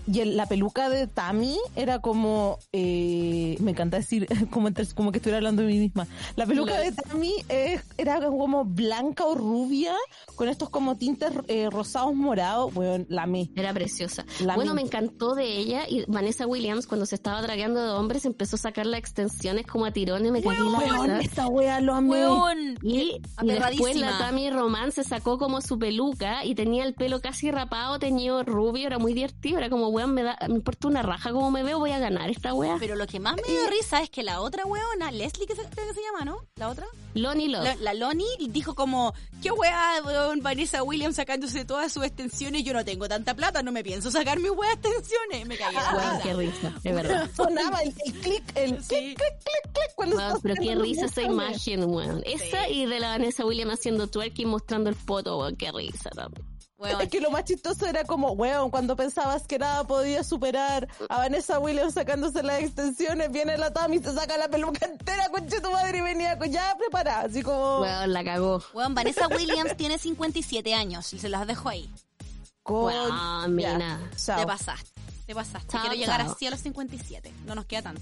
la peluca de Tammy era como, me encanta decir, como que estuviera hablando de mí misma. La peluca de Tammy era como blanca o rubia, con estos como tintes rosados morados. Bueno, la amé. Era preciosa. La Bueno, amé. me encantó de ella, y Vanessa Williams, cuando se estaba dragueando de hombres, empezó a sacar las extensiones como a tirones, me cagué la Weón, risa. esta wea lo amé. Weón, Y después aperradísima. la Tammy Roman se sacó como su peluca y tenía el pelo casi rapado, teñido rubio, era muy divertido, era como, weón, me importa una raja como me veo, voy a ganar esta wea. Pero lo que más me dio risa es que la otra weona, Leslie, creo que se llama, ¿no? ¿La otra? Lonnie Love. La Lonnie dijo como, qué wea, weón, Vanessa Williams sacándose todas sus extensiones, yo no tengo tanta plata, no me pienso sacar mis weas extensiones. Me caí en la Weón, risa. qué risa, es verdad. Sonaba el clic, el Sí. clic, clic, clic, clic. Cuando Weón, estás pero qué haciendo risa los esa muscles. imagen, weón. Esa y de la Vanessa Williams haciendo twerking mostrando el poto, weón, qué risa también. Weón, Es que lo más chistoso era como, weón, cuando pensabas que nada podía superar a Vanessa Williams sacándose las extensiones, viene la Tammy, se saca la peluca entera, conche tu madre, y venía ya preparada, así como... Weón, la cagó. weón, Vanessa Williams tiene 57 años y se las dejo ahí. Weón, ya, mina. chao. Te pasaste. Chao, Quiero llegar chao. así a los 57. No nos queda tanto.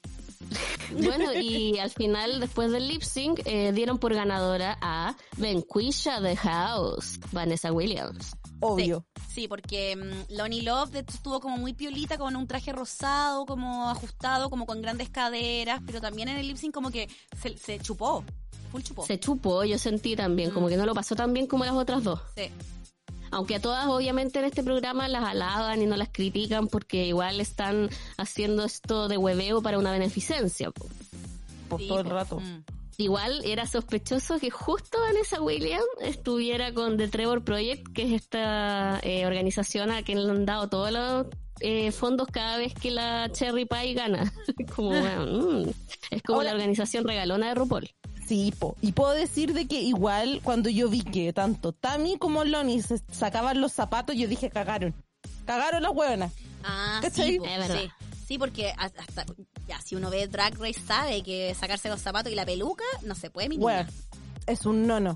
Bueno, y al final, después del lip sync, dieron por ganadora a Benquisha The House, Vanessa Williams. Obvio. Sí, porque Lonnie Love de hecho, estuvo como muy piolita, con un traje rosado, como ajustado, como con grandes caderas, pero también en el lip sync como que se chupó. Full chupó. Se chupó, yo sentí también, como que no lo pasó tan bien como las otras dos. Sí. Aunque a todas obviamente en este programa las alaban y no las critican porque igual están haciendo esto de hueveo para una beneficencia. Po. Por Sí, todo el po. rato. Igual era sospechoso que justo Vanessa Williams estuviera con The Trevor Project, que es esta organización a quien le han dado todos los fondos cada vez que la Cherry Pie gana. Como, bueno, es como Ahora- la organización regalona de RuPaul. Sí, y puedo decir de que igual cuando yo vi que tanto Tammy como Lonnie se sacaban los zapatos, yo dije, cagaron las hueonas. Ah, ¿Cachai? sí, po, Es verdad. sí. Sí, porque hasta ya si uno ve Drag Race sabe que sacarse los zapatos y la peluca no se puede, mi niña. Bueno, es un no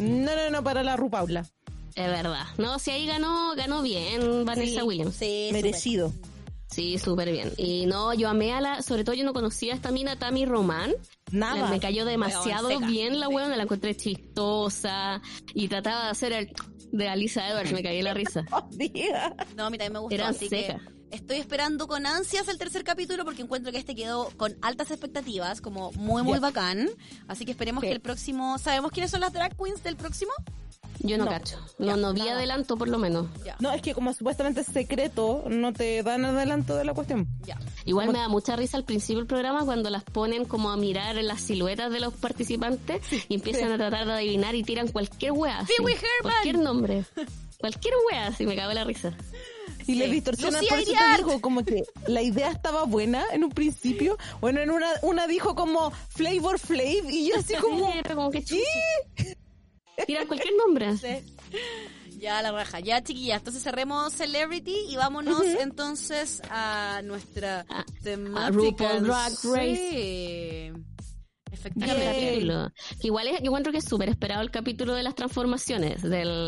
para la RuPaula. Es verdad. No, si ahí ganó bien Vanessa Williams. Sí, Merecido. Sí, súper bien. Y no, yo amé sobre todo yo no conocía a esta mina Tammy Roman. Nada. Me cayó demasiado Weón, seca. bien la weona, la encontré chistosa y trataba de hacer el de Alisa Edwards, me caí en la risa. Día. No, a mí también me gustó, Era así seca. que estoy esperando con ansias el tercer capítulo porque encuentro que este quedó con altas expectativas, como muy Yep. bacán. Así que esperemos Sí. que el próximo... ¿Sabemos quiénes son las drag queens del próximo? Yo no No. cacho. Ya, No vi nada. adelanto por lo menos. Ya, No, es que como supuestamente es secreto, no te dan adelanto de la cuestión. ya. Igual me da mucha risa al principio del programa cuando las ponen como a mirar las siluetas de los participantes y empiezan a tratar de adivinar y tiran cualquier wea. así. Pee Wee Herman. Cualquier nombre. Cualquier wea, así me cago en la risa. Y le distorsionan, Lucía por eso Iriart. te digo, como que la idea estaba buena en un principio. Bueno, en una dijo como Flavor Flav y yo así como... Era como que chucha. Tiran cualquier nombre. Ya, la raja. Ya, chiquillas, entonces cerremos Celebrity y vámonos entonces a nuestra temática. RuPaul Drag Race. Sí. El Efectivamente. capítulo. Que igual yo encuentro que es súper esperado el capítulo de las transformaciones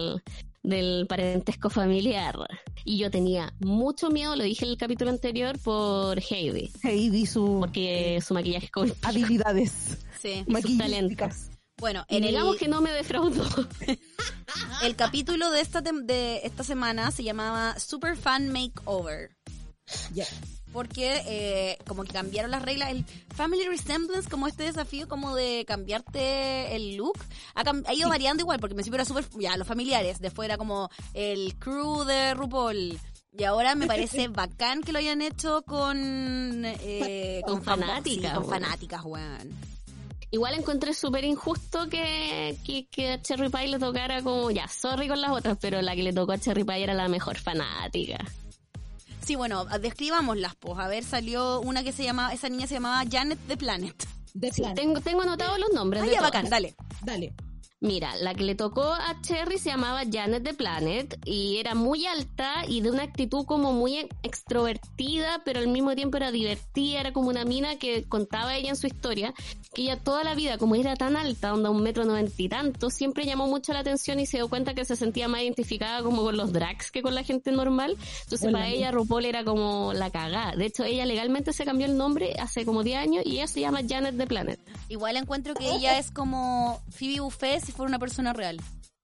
del parentesco familiar. Y yo tenía mucho miedo, lo dije en el capítulo anterior, por Heidi. Heidi, su Porque su maquillaje es como... habilidades Sí. sus maquillísticas. talentos. Bueno, Y en digamos que no me defraudó. el capítulo de esta semana se llamaba Super Fan Makeover. Ya. Porque como que cambiaron las reglas, el Family Resemblance, como este desafío como de cambiarte el look, ha ido variando igual, porque al principio era súper, ya, los familiares, después era como el crew de RuPaul, y ahora me parece bacán que lo hayan hecho con fanáticas, con weón. fanáticas, weón. Igual encontré súper injusto que a Cherry Pie le tocara como, ya, sorry con las otras, pero la que le tocó a Cherry Pie era la mejor fanática. Sí, bueno, describámoslas, pues. A ver, salió una que esa niña se llamaba Janet the Planet. De Sí, plan. tengo anotado los nombres Ah, de ya, todas. bacán, dale. Dale. Mira, la que le tocó a Cherry se llamaba Janet the Planet y era muy alta y de una actitud como muy extrovertida, pero al mismo tiempo era divertida, era como una mina que contaba ella en su historia, que ella toda la vida, como era tan alta, onda 1,90 m y tanto, siempre llamó mucho la atención y se dio cuenta que se sentía más identificada como con los drags que con la gente normal. Entonces para ella RuPaul era como la cagada. De hecho, ella legalmente se cambió el nombre hace como 10 años y ella se llama Janet the Planet. Igual encuentro que ella es como Phoebe Buffet si fuera una persona real.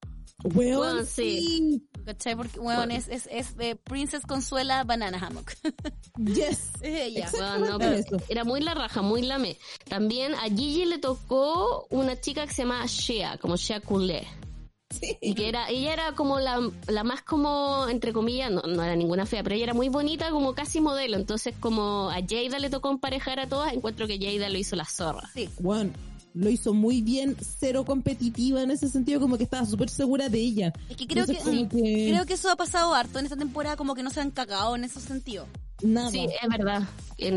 Weón, sí. ¿Cachai? Porque, weón, es Princess Consuela Banana Hammock. Yes. Es ella. Bueno, no, pero era muy la raja, muy lame. También a Gigi le tocó una chica que se llama Shea, como Shea Coulee. Sí. Y que ella era como la más como, entre comillas, no era ninguna fea, pero ella era muy bonita, como casi modelo. Entonces, como a Jada le tocó emparejar a todas, encuentro que Jada lo hizo la zorra. Sí. Bueno, lo hizo muy bien, cero competitiva en ese sentido, como que estaba súper segura de ella. Es que creo creo que eso ha pasado harto en esta temporada, como que no se han cagado en ese sentido. Nada. Sí, es verdad. En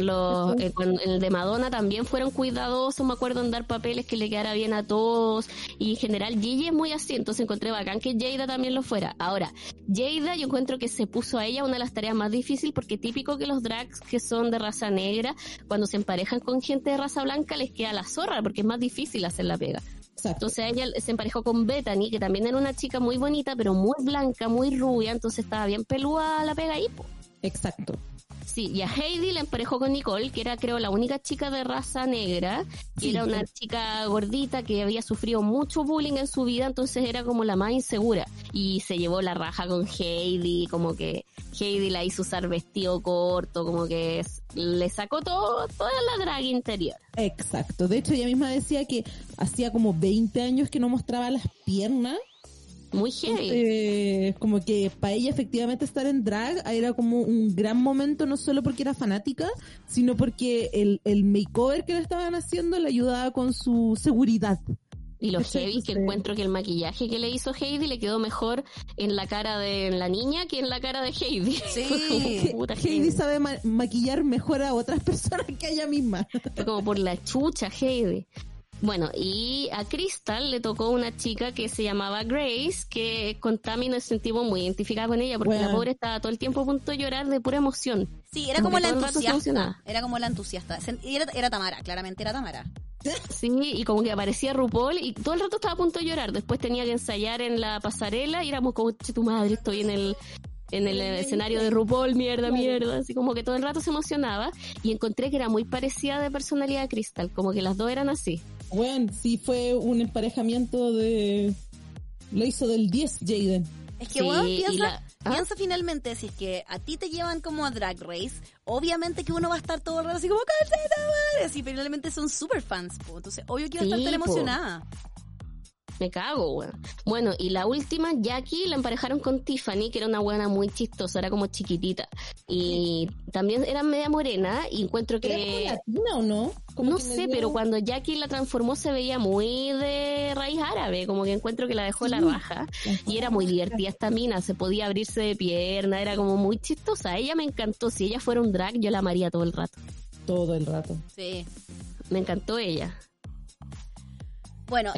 el de Madonna también fueron cuidadosos, me acuerdo, en dar papeles que le quedara bien a todos. Y en general Gigi es muy así, entonces encontré bacán que Jada también lo fuera. Ahora, Jada yo encuentro que se puso a ella una de las tareas más difíciles, porque típico que los drags que son de raza negra, cuando se emparejan con gente de raza blanca les queda la zorra, porque es más difícil hacer la pega. Exacto. Entonces ella se emparejó con Bethany, que también era una chica muy bonita, pero muy blanca, muy rubia, entonces estaba bien peluda la pega ahí, po. Exacto. Sí, y a Heidi la emparejó con Nicole, que era, creo, la única chica de raza negra, que Sí, era una chica gordita que había sufrido mucho bullying en su vida, entonces era como la más insegura. Y se llevó la raja con Heidi, como que Heidi la hizo usar vestido corto, como que le sacó toda la drag interior. Exacto. De hecho, ella misma decía que hacía como 20 años que no mostraba las piernas. Muy heavy. Como que para ella efectivamente estar en drag era como un gran momento, no solo porque era fanática, sino porque el makeover que le estaban haciendo le ayudaba con su seguridad. Y lo heavy que encuentro que el maquillaje que le hizo Heidi le quedó mejor en la cara de la niña que en la cara de Heidi. Sí. Puta Heidi sabe maquillar mejor a otras personas que ella misma. Fue como por la chucha, Heidi. Bueno, y a Crystal le tocó una chica que se llamaba Grace, que con Tammy nos sentimos muy identificadas con ella, porque la pobre estaba todo el tiempo a punto de llorar de pura emoción. Sí, era como la todo el rato se entusiasta. emocionaba. Era como la entusiasta. Era Tamara, claramente era Tamara. Sí, y como que aparecía RuPaul y todo el rato estaba a punto de llorar. Después tenía que ensayar en la pasarela y éramos como, che, tu madre, estoy en el escenario de RuPaul, mierda, así como que todo el rato se emocionaba, y encontré que era muy parecida de personalidad a Crystal, como que las dos eran así. Bueno, sí fue un emparejamiento lo hizo del 10, Jaden. Es que, Sí, bueno, y piensa finalmente, si es que a ti te llevan como a Drag Race, obviamente que uno va a estar todo el rato así como, ¡calceta, madre! Así, finalmente son super fans, po. Entonces, obvio que iba a estar tan emocionada. Me cago, weón. Bueno, y la última, Jackie, la emparejaron con Tiffany, que era una buena muy chistosa, era como chiquitita. Y también era media morena, y encuentro que... ¿Era como latina o no? Como No que sé, pero cuando Jackie la transformó se veía muy de raíz árabe, como que encuentro que la dejó la raja. Y era muy divertida esta mina, se podía abrirse de pierna, era como muy chistosa. Ella me encantó, si ella fuera un drag yo la amaría todo el rato. Todo el rato. Sí. Me encantó ella. Bueno,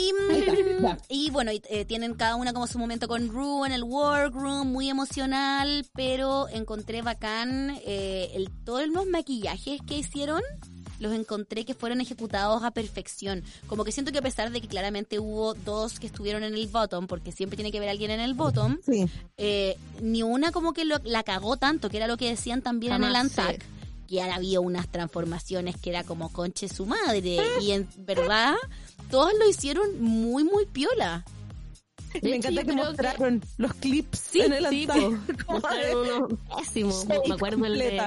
y bueno, tienen cada una como su momento con Ru en el workroom, muy emocional, pero encontré bacán todos los maquillajes que hicieron, los encontré que fueron ejecutados a perfección. Como que siento que a pesar de que claramente hubo dos que estuvieron en el bottom, porque siempre tiene que haber alguien en el bottom, Sí. ni una como que la cagó tanto, que era lo que decían también en el Jamás, Untucked. sí. Que ahora había unas transformaciones que era como conche su madre. Y en verdad, todos lo hicieron muy, muy piola. De Me hecho, encanta yo que creo mostraron los clips en el Sí, altar. po. Mostraron unos pésimos. Me acuerdo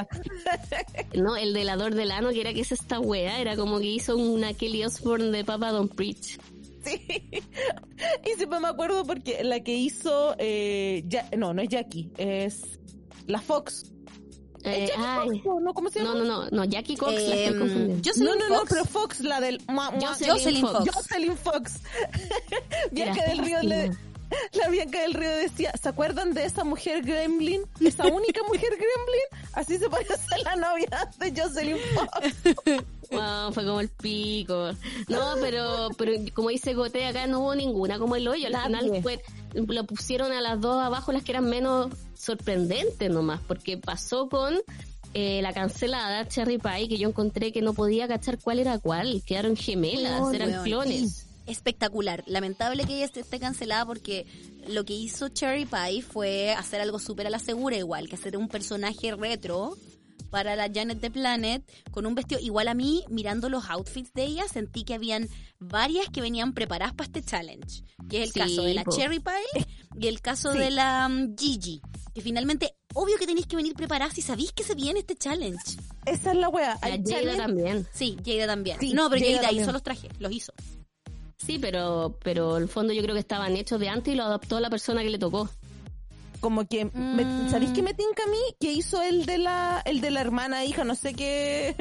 el de la Dor del Ano, que era que es esta wea, era como que hizo una Kelly Osbourne de Papa Don't Preach. Sí. Y siempre me acuerdo porque la que hizo, no es Jackie, es la Fox. ¿Es Jackie Fox? ¿No? ¿Cómo se llama? No, Jackie Cox la estoy confundiendo. No, pero Fox, la del... Jocelyn Fox. Jocelyn Fox. Bianca Era del Río pésima. La Bianca del Río decía, ¿se acuerdan de esa mujer gremlin? Esa única mujer gremlin. Así se parece la novia de Jocelyn Fox. Wow, fue como el pico. No, pero como dice Gote, acá no hubo ninguna como el hoyo. Al final lo pusieron a las dos abajo, las que eran menos sorprendentes nomás, porque pasó con la cancelada Cherry Pie, que yo encontré que no podía cachar cuál era cuál. Quedaron gemelas, eran clones. Espectacular. Lamentable que ella esté cancelada porque lo que hizo Cherry Pie fue hacer algo súper a la segura igual, que hacer un personaje retro para la Janet the Planet con un vestido. Igual a mí, mirando los outfits de ella, sentí que habían varias que venían preparadas para este challenge, que es el caso de la Cherry Pie y el caso de la Gigi, que finalmente, obvio que tenéis que venir preparadas si sabéis que se viene este challenge. Esa es la wea. La Jada también. Sí, Jada también. Sí, no, pero Jada también hizo los trajes, los hizo. Sí, pero en el fondo yo creo que estaban hechos de antes y lo adaptó la persona que le tocó. Como que, ¿sabéis qué me tinca a mí? Que hizo el de la hermana, hija, no sé qué,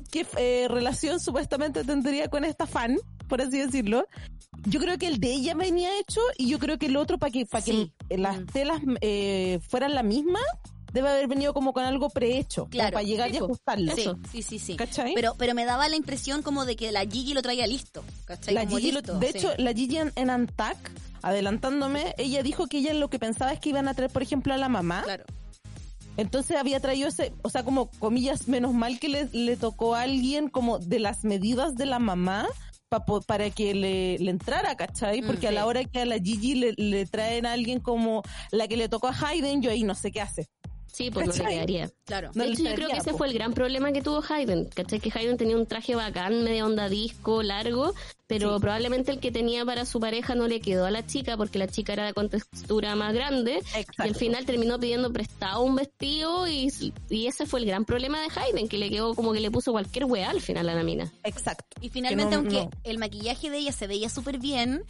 qué relación supuestamente tendría con esta fan, por así decirlo. Yo creo que el de ella venía hecho y yo creo que el otro para que las telas fueran la misma, debe haber venido como con algo prehecho, claro, para llegar y ajustarlo. Sí. ¿Cachai? Pero me daba la impresión como de que la Gigi lo traía listo, ¿cachai? La Como Gigi listo, de hecho, la Gigi en Antac, adelantándome, ella dijo que ella lo que pensaba es que iban a traer, por ejemplo, a la mamá. Claro. Entonces había traído ese, o sea, como comillas, menos mal que le tocó a alguien como de las medidas de la mamá para que le entrara, ¿cachai? Porque a la hora que a la Gigi le traen a alguien como la que le tocó a Hayden, yo ahí no sé qué hace. Sí, pues no le quedaría. Claro. De hecho, yo creo que ese fue el gran problema que tuvo Hayden. ¿Cachai? Que Hayden tenía un traje bacán, media onda disco, largo, pero probablemente el que tenía para su pareja no le quedó a la chica porque la chica era con textura más grande. Exacto. Y al final terminó pidiendo prestado un vestido y ese fue el gran problema de Hayden, que le quedó como que le puso cualquier weá al final a la mina. Exacto. Y finalmente, aunque el maquillaje de ella se veía súper bien,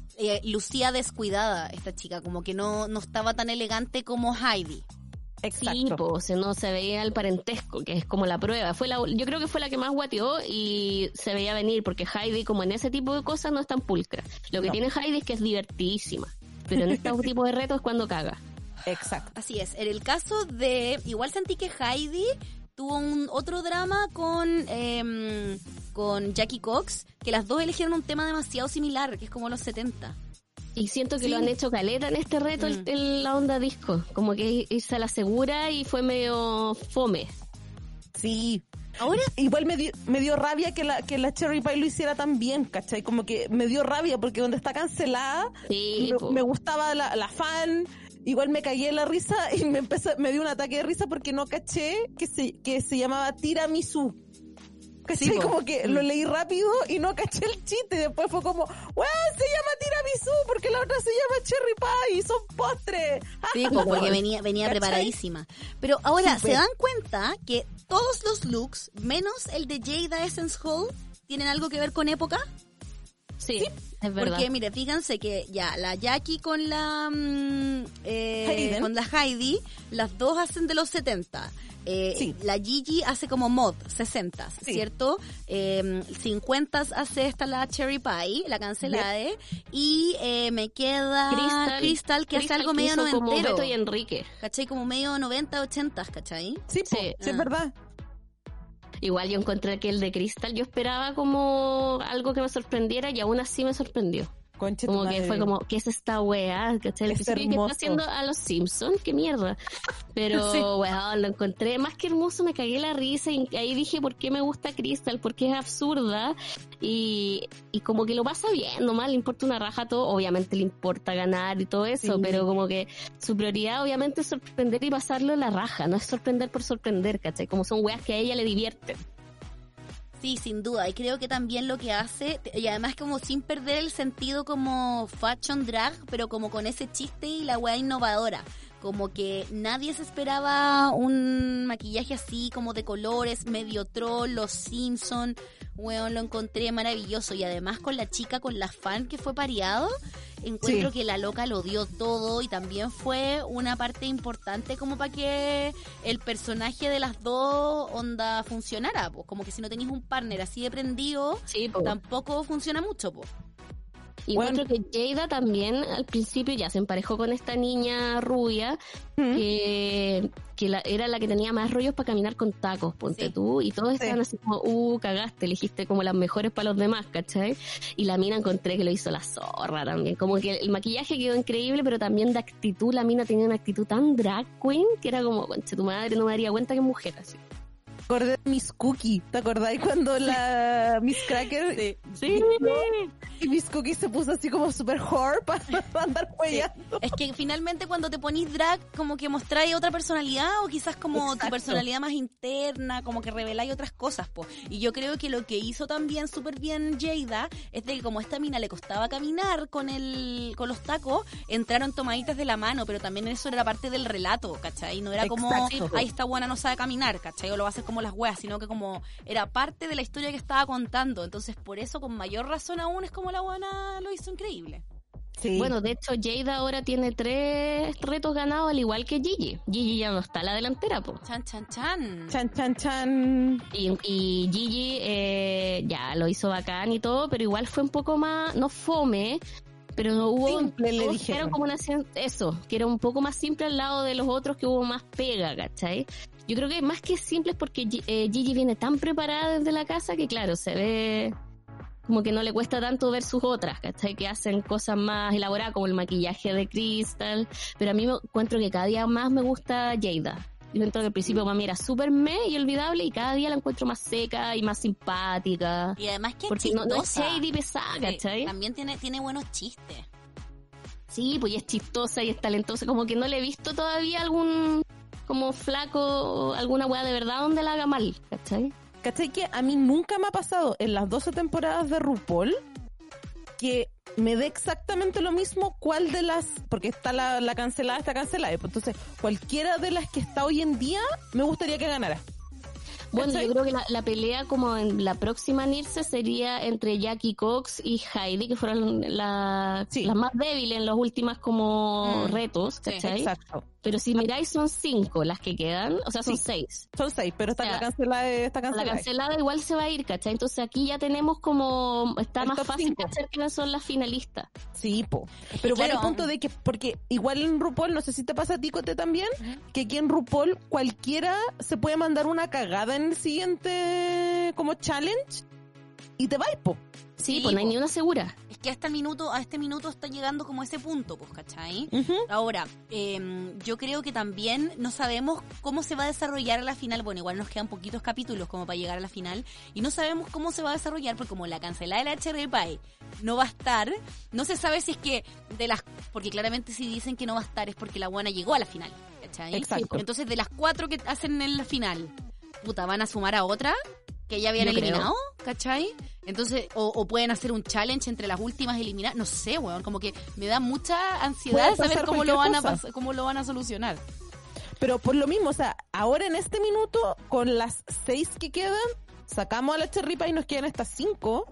lucía descuidada esta chica, como que no estaba tan elegante como Heidi. Exacto. Sí, pues no se veía el parentesco, que es como la prueba. Yo creo que fue la que más guateó y se veía venir, porque Heidi, como en ese tipo de cosas, no es tan pulcra. Lo que tiene Heidi es que es divertidísima, pero en este tipo de retos es cuando caga. Exacto. Así es. En el caso de... Igual sentí que Heidi tuvo otro drama con Jackie Cox, que las dos eligieron un tema demasiado similar, que es como los 70. Y siento que lo han hecho caleta en este reto, la onda disco. Como que irse a la segura y fue medio fome. Sí. Ahora, igual me dio rabia que la Cherry Pie lo hiciera tan bien, ¿cachai? Como que me dio rabia porque donde está cancelada, me gustaba la fan, igual me cagué en la risa y me dio un ataque de risa porque no caché que se llamaba Tiramisú. ¿Cachai? Sí, como que lo leí rápido y no caché el chiste. Después fue como, ¡wow! Se llama tiramisú porque la otra se llama cherry pie y son postres. Sí, porque venía preparadísima. Pero ahora, ¿se dan cuenta que todos los looks, menos el de Jada Essence Hall, tienen algo que ver con época? Sí, es verdad. Porque, mire, fíjense que ya la Jackie con la Heidi, las dos hacen de los 70. La Gigi hace como mod 60, ¿cierto? 50 hace esta la Cherry Pie, la cancelada, y me queda Crystal que hace algo medio noventero. Como Beto y Enrique. ¿Cachai? Como medio 90, 80, ¿cachai? Sí, es verdad. Igual yo encontré que el de Crystal yo esperaba como algo que me sorprendiera y aún así me sorprendió. Conche como que fue como, ¿qué es esta weá? ¿Cachai? Es ¿Qué está haciendo a los Simpsons? ¡Qué mierda! Pero, weón, lo encontré más que hermoso, me cagué la risa y ahí dije, ¿por qué me gusta Crystal? Porque es absurda y como que lo pasa bien, nomás le importa una raja todo, obviamente le importa ganar y todo eso, pero como que su prioridad obviamente es sorprender y pasarlo la raja, no es sorprender por sorprender, ¿cachai? Como son weas que a ella le divierten. Sí, sin duda, y creo que también lo que hace, y además como sin perder el sentido como fashion drag, pero como con ese chiste y la weá innovadora, como que nadie se esperaba un maquillaje así como de colores, medio troll, los Simpson, weón, lo encontré maravilloso, y además con la chica, con la fan que fue pareado, encuentro que la loca lo dio todo y también fue una parte importante como para que el personaje de las dos onda funcionara, pues como que si no tenés un partner así de prendido, tampoco funciona mucho, pues. Y encuentro que Jada también al principio ya se emparejó con esta niña rubia que era la que tenía más rollos para caminar con tacos, ponte tú, y todos estaban así como, cagaste, elegiste como las mejores para los demás, ¿cachai? Y la mina encontré que lo hizo la zorra también, como que el maquillaje quedó increíble, pero también de actitud, la mina tenía una actitud tan drag queen que era como, conche tu madre, no me daría cuenta que es mujer, así. Acordé de Miss Cookie, ¿te acordáis cuando la Miss Cracker Sí. y Miss Cookie se puso así como super whore para andar huellando? Es que finalmente cuando te ponís drag como que mostráis otra personalidad o quizás como tu personalidad más interna, como que reveláis otras cosas, po. Y yo creo que lo que hizo también súper bien Jada es de que como a esta mina le costaba caminar con los tacos, entraron tomaditas de la mano, pero también eso era parte del relato, ¿cachai? No era como, ay, esta buena no sabe caminar, ¿cachai? O lo va a hacer como las weas, sino que como era parte de la historia que estaba contando. Entonces por eso con mayor razón aún es como la buena lo hizo increíble. Sí. Bueno, de hecho Jada ahora tiene 3 retos ganados al igual que Gigi. Gigi ya no está a la delantera, po. Chan, chan, chan. Chan, chan, chan. Y Gigi ya lo hizo bacán y todo, pero igual fue un poco más, no fome, pero no hubo... Simple, le todos dijeron. eran como eso, que era un poco más simple al lado de los otros que hubo más pega, ¿cachai? Yo creo que más que simple es porque Gigi viene tan preparada desde la casa que claro, se ve como que no le cuesta tanto ver sus otras, ¿cachai? Que hacen cosas más elaboradas como el maquillaje de Crystal, pero a mí me encuentro que cada día más me gusta Jada. Yo encuentro que al principio para mí era súper y olvidable y cada día la encuentro más seca y más simpática. Y además que porque es no es chistosa. shady pesada, ¿cachai? También tiene buenos chistes. Sí, pues y es chistosa y es talentosa, como que no le he visto todavía algún como flaco, alguna weá de verdad donde la haga mal, ¿cachai? ¿Cachai? Que a mí nunca me ha pasado en las 12 temporadas de RuPaul que me dé exactamente lo mismo cuál de las, porque está la cancelada, está cancelada, pues entonces cualquiera de las que está hoy en día me gustaría que ganara. Bueno, ¿cachai? yo creo que la pelea como en la próxima en irse sería entre Jackie Cox y Heidi, que fueron las más débiles en los últimos como retos, ¿cachai? Exacto. Pero si miráis son 5 las que quedan, o sea son 6. Son 6, pero está O sea, la cancelada. La cancelada igual se va a ir, ¿cachai? Entonces aquí ya tenemos como, está El más top fácil 5. cachar quiénes son las finalistas. Sí, po. Pero bueno, claro, el punto de que, porque igual en RuPaul, no sé si te pasa a ti, Cote, también, que aquí en RuPaul cualquiera se puede mandar una cagada en el siguiente como challenge y te va, po. Sí, pues no hay ni una segura. Es que a este minuto está llegando como ese punto, pues, ¿cachai? Ahora, yo creo que también no sabemos cómo se va a desarrollar a la final. Bueno, igual nos quedan poquitos capítulos como para llegar a la final. Y no sabemos cómo se va a desarrollar, porque como la cancelada de la Cherry Pie no va a estar, no se sabe si es que porque claramente si dicen que no va a estar es porque la buena llegó a la final, ¿cachai? Exacto. Entonces, de las 4 que hacen en la final, puta, ¿van a sumar a otra que ya habían Yo creo. eliminado? ¿Cachai? Entonces, o pueden hacer un challenge entre las últimas eliminadas, no sé, weón, como que me da mucha ansiedad de Puede saber pasar cómo lo van cualquier cómo lo van a solucionar. Pero por lo mismo, o sea, ahora en este minuto, con las 6 que quedan, sacamos a la Cherry Pie y nos quedan estas 5.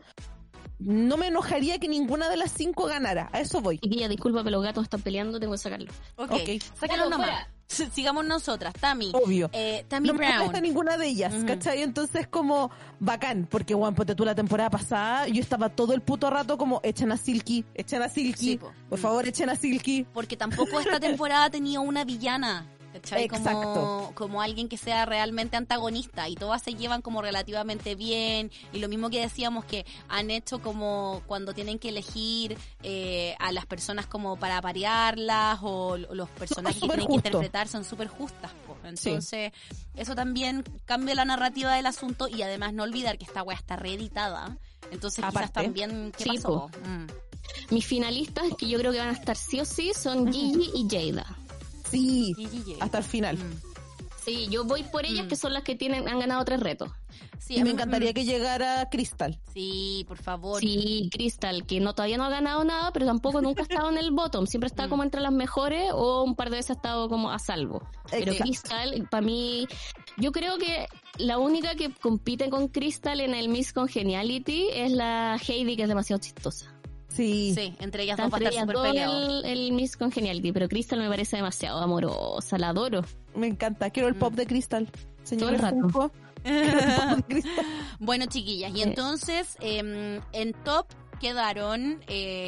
No me enojaría que ninguna de las 5 ganara. A eso voy. Y que ya, disculpa, pero los gatos están peleando, tengo que sacarlo. Ok, Ok. sácalo Sácalo nomás. fuera. Sigamos nosotras, Tammy. Obvio. Tammy No me Brown. molesta ninguna de ellas, ¿cachai? Entonces como bacán, porque Juan, ponte tú la temporada pasada, yo estaba todo el puto rato como echen a Silky, Sí, po. por favor echen a Silky. Porque tampoco esta temporada tenía una villana, ¿cachai? Exacto. Como alguien que sea realmente antagonista, y todas se llevan como relativamente bien, y lo mismo que decíamos que han hecho como cuando tienen que elegir a las personas como para parearlas, o los personajes que súper tienen que justo. interpretar son súper justas, po. Entonces eso también cambia la narrativa del asunto, y además no olvidar que esta wea está reeditada, entonces quizás Aparte. también ¿qué Sí, pasó? po. Mis finalistas, que yo creo que van a estar sí o sí, son Gigi y Jada. Sí, GG. hasta el final. Sí, yo voy por ellas, que son las que han ganado 3 retos. Sí, Y me encantaría que llegara Crystal. Sí, por favor. Sí, Crystal, que todavía no ha ganado nada, pero tampoco nunca ha estado en el bottom. Siempre está como entre las mejores o un par de veces ha estado como a salvo. Pero Exacto. Crystal, para mí, yo creo que la única que compite con Crystal en el Miss Congeniality es la Heidi, que es demasiado chistosa. Sí. Sí, entre ellas Está dos va a entre estar ellas súper dos peleado. el Miss Congeniality, pero Crystal me parece demasiado amorosa, la adoro. Me encanta. Quiero el pop de Crystal. Señora Todo el rato. Funko. El pop de Crystal. Bueno, chiquillas, y entonces en top quedaron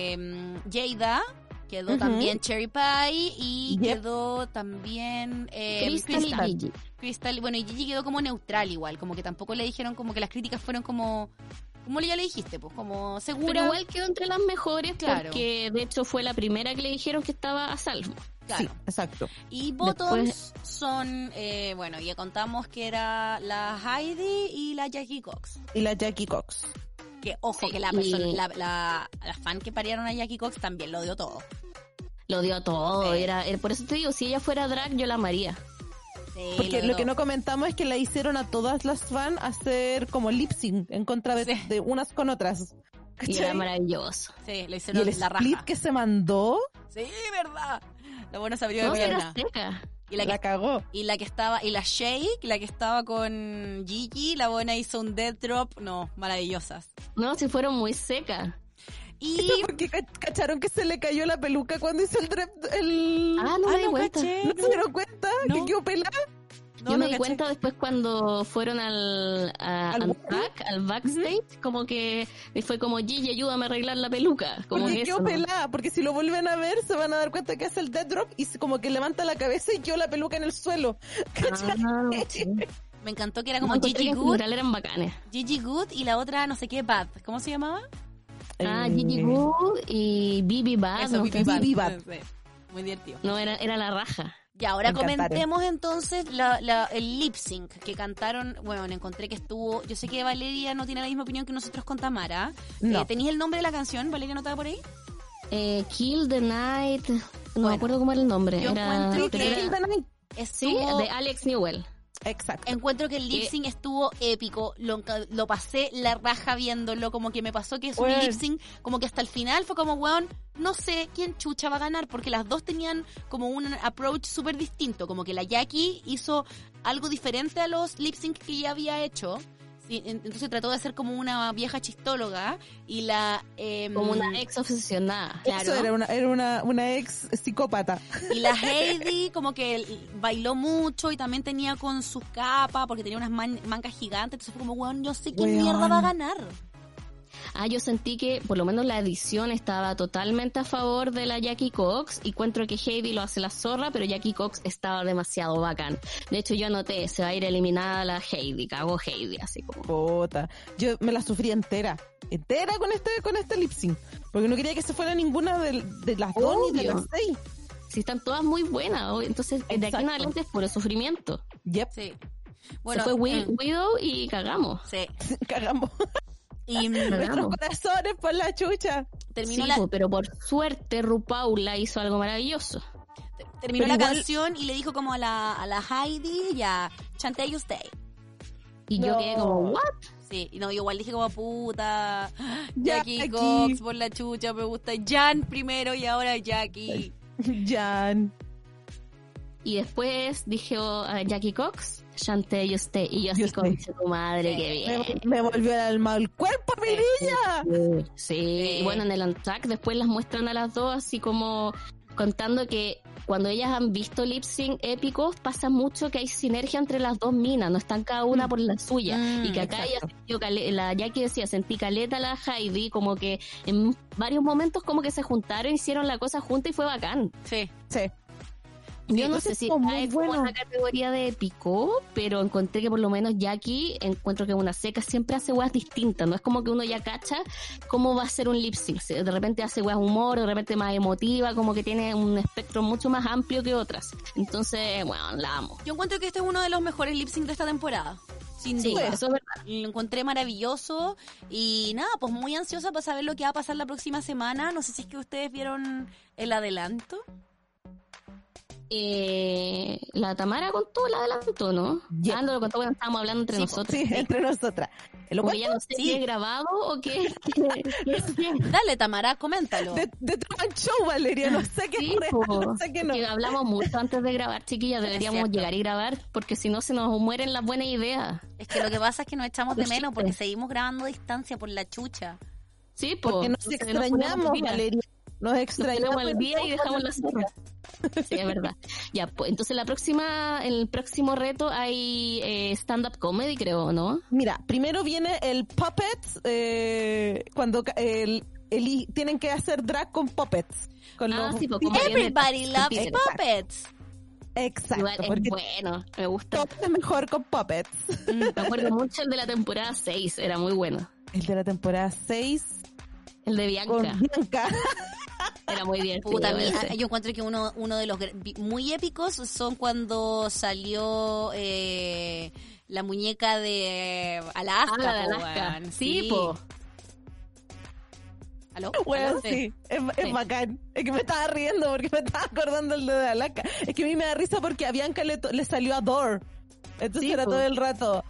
Jada, quedó también Cherry Pie y quedó también Crystal y Gigi. Crystal, bueno, y Gigi quedó como neutral igual, como que tampoco le dijeron, como que las críticas fueron como ya le dijiste, pues como segura. Pero igual quedó entre las mejores, claro, porque de hecho fue la primera que le dijeron que estaba a salvo. Claro. Sí, exacto. Y Bottoms son, bueno, ya contamos que era la Heidi y la Jackie Cox. Y la Jackie Cox. Que ojo, Sí, que la fan que parieron a Jackie Cox también lo dio todo. Lo dio todo, Sí. era por eso te digo, si ella fuera drag, yo la amaría. Sí, Porque dio lo que todo. no comentamos es que la hicieron a todas las fans hacer como lip sync en contra de unas con otras. Y ¿Cachai? era maravilloso. Sí, le Y hicieron el la split raja. que se mandó, Sí, verdad. La buena se abrió No, de si era pierna. seca. Y la la que cagó. y la que estaba, y la Shake, la que estaba con Gigi, la buena hizo un dead drop, no, maravillosas. No, si fueron muy secas. Y Porque cacharon que se le cayó la peluca cuando hizo el drep, Ah, no me di cuenta. caché, ¿No se dieron cuenta? No. Que quedó pelada. Yo me di caché. cuenta después cuando fueron al backstage, como que fue como, Gigi, ayúdame a arreglar la peluca. Como Porque que quedó eso. pelada, porque si lo vuelven a ver se van a dar cuenta que hace el dead drop y como que levanta la cabeza y quedó la peluca en el suelo. ¿Cachai? Ah, sí. Me encantó que era No, como encontré que Gigi en Good, general eran bacanes. Gigi Good y la otra no sé qué Bad. ¿Cómo se llamaba? Gigi Good y Bibi Bad. Eso, no, Bibi Bibi Bad. Bad. Sí, muy divertido. no, era la raja. Y ahora Me encantaron. comentemos entonces el lip sync que cantaron. Bueno, encontré que estuvo. Yo sé que Valeria no tiene la misma opinión que nosotros con Tamara. No. ¿Tenéis el nombre de la canción? ¿Valeria no estaba por ahí? Kill the Night. No Bueno, me acuerdo cómo era el nombre. yo encuentro pero que- era- sí, Estuvo, de Alex Newell. Exacto. encuentro que el lip sync estuvo épico. Lo pasé la raja viéndolo. Como que me pasó que es un Bueno. lip sync. Como que hasta el final fue como, weón, no sé quién chucha va a ganar. Porque las dos tenían como un approach súper distinto. Como que la Jackie hizo algo diferente a los lip sync que ya había hecho. Sí, entonces trató de ser como una vieja chistóloga. Y la... Como una ex obsesionada. Eso era una ex psicópata. Y la Heidi como que bailó mucho y también tenía con su capa porque tenía unas mangas gigantes. Entonces fue como, weón, yo sé quién Weón. mierda va a ganar. Yo sentí que por lo menos la edición estaba totalmente a favor de la Jackie Cox y encuentro que Heidi lo hace la zorra, pero Jackie Cox estaba demasiado bacán. De hecho yo anoté, se va a ir eliminada la Heidi, cagó Heidi, así como... Puta. Yo me la sufrí entera con este lip sync. Porque no quería que se fuera ninguna de las dos ni de Obvio. las 6. Si están todas muy buenas, entonces de aquí en Exacto. adelante es puro sufrimiento. Yep. Sí. Se fue Widow y cagamos. sí. Cagamos. Y Nuestros corazones por la chucha. terminó Sí, la, po, pero por suerte RuPaul hizo algo maravilloso. terminó pero la igual- canción y le dijo como a la Heidi, ya, Chantay You Stay. Y yo No. quedé como, ¿what? Sí, y no, yo igual dije como puta, Jackie Jackie. Cox por la chucha, me gusta Jan primero y ahora Jackie. Jan. Y después dije a Jackie Cox, Shantae, you stay. Y yo así You como, stay. dice tu madre, qué bien. Me volvió el alma al cuerpo, mi niña. Sí, y bueno, en el on-track después las muestran a las dos así como contando que cuando ellas han visto lip sync épicos pasa mucho que hay sinergia entre las dos minas, no están cada una por la suya. Y que acá ella exacto. sintió la Jackie decía, sentí caleta la Heidi, como que en varios momentos como que se juntaron, hicieron la cosa junta y fue bacán. Sí. Sí. Yo no entonces sé si fue muy cae como bueno. en la categoría de épico, pero encontré que por lo menos Jackie, encuentro que una seca siempre hace weas distintas, no es como que uno ya cacha cómo va a ser un lip sync, de repente hace weas humor, de repente más emotiva, como que tiene un espectro mucho más amplio que otras, entonces, bueno, la amo. Yo encuentro que este es uno de los mejores lip sync de esta temporada. Sin Sí, duda. eso es verdad. Lo encontré maravilloso y nada, pues muy ansiosa para saber lo que va a pasar la próxima semana. No sé si es que ustedes vieron el adelanto. La Tamara contó el adelanto, ¿no? Yeah. Lo contó cuando estábamos hablando entre Sí, nosotros. Sí, entre nosotras. ¿Lo Como cuento? ya no sé Sí. si es grabado o qué. qué- Dale, Tamara, coméntalo. De Truman Show, Valeria. No sé qué Sí, es real, po. no sé qué no. Que hablamos mucho antes de grabar, chiquillas. Deberíamos cierto. llegar y grabar, porque si no se nos mueren las buenas ideas. Es que lo que pasa es que nos echamos de Lo menos siento. porque seguimos grabando a distancia por la chucha. Sí, po. Porque nos Entonces, extrañamos, ponemos al día. Valeria. Nos Nos extrañamos. ponemos al día y dejamos la zorra. Sí, es verdad. Ya, pues entonces el próximo reto hay stand-up comedy, creo, ¿no? Mira, primero viene el Puppet, cuando tienen que hacer drag con puppets. Con los sí, pues, como Everybody marionetas. loves puppets. Exacto, Igual es porque bueno, me gusta. todo es mejor con puppets. Me acuerdo mucho el de la temporada 6, era muy bueno. El de la temporada 6 El de Bianca, con Bianca. era muy divertido. Puta, ese. yo encuentro que uno de los muy épicos son cuando salió la muñeca de Alaska. La de po, Alaska. weón. Sí, po. ¿Aló? Bueno, ¿Aló? sí, es Sí. bacán. Es que me estaba riendo porque me estaba acordando el de Alaska. Es que a mí me da risa porque a Bianca le salió Adore. Entonces Sí, era po. todo el rato.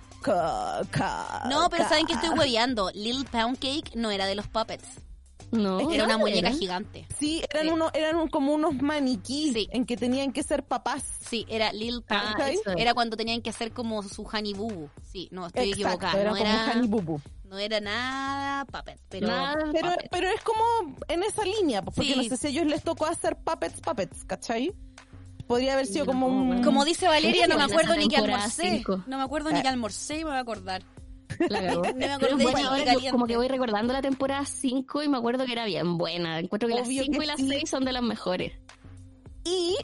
No, pero ¿saben que estoy hueveando? Little Pound Cake no era de los puppets. No, Era una muñeca era. gigante. Sí, Sí. eran como unos maniquís Sí. en que tenían que ser papás. Sí, era Little Pound Ah, eso. Era cuando tenían que hacer como su Honey Boo Boo. Sí, no, estoy Exacto, equivocada. era No como era, Honey Boo Boo. no era nada puppet, pero... Nada de puppet. Pero es como en esa línea, porque Sí. no sé si a ellos les tocó hacer puppets, ¿cachai? Podría haber sido No, como un... bueno. Como dice Valeria, no me Buena acuerdo esa ni que temporada almorcé. 5. No me acuerdo ni que almorcé y me voy a acordar. La cagó. No me Pero acordé es de buena, Chiqui ahora yo Caliente. como que voy recordando la temporada 5 y me acuerdo que era bien buena. Encuentro que las Obvio 5 que y las sí. 6 son de las mejores. Y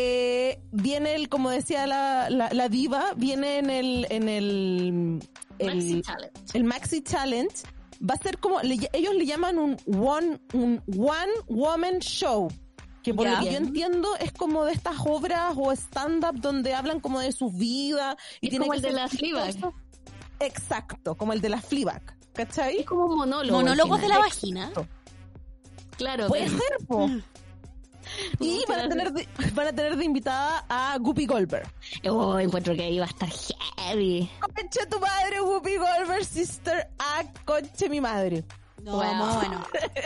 viene como decía la diva, viene en el Maxi Challenge. el Maxi Challenge. Va a ser como, ellos le llaman un one woman show. Que por Ya. lo que yo entiendo es como de estas obras o stand-up donde hablan como de sus vidas. Y Es tiene como que el de ser la Fleabag. chistoso. Exacto, como el de la Fleabag. ¿Cachai? Es como un monólogo. al Monólogos de final. la vagina. Claro. Puede pero- ser, po. Y van a tener de invitada a Whoopi Goldberg. Oh, encuentro que iba a estar heavy. Concha tu madre, Whoopi Goldberg, Sister Act, conche mi madre. No, Wow. muy bueno.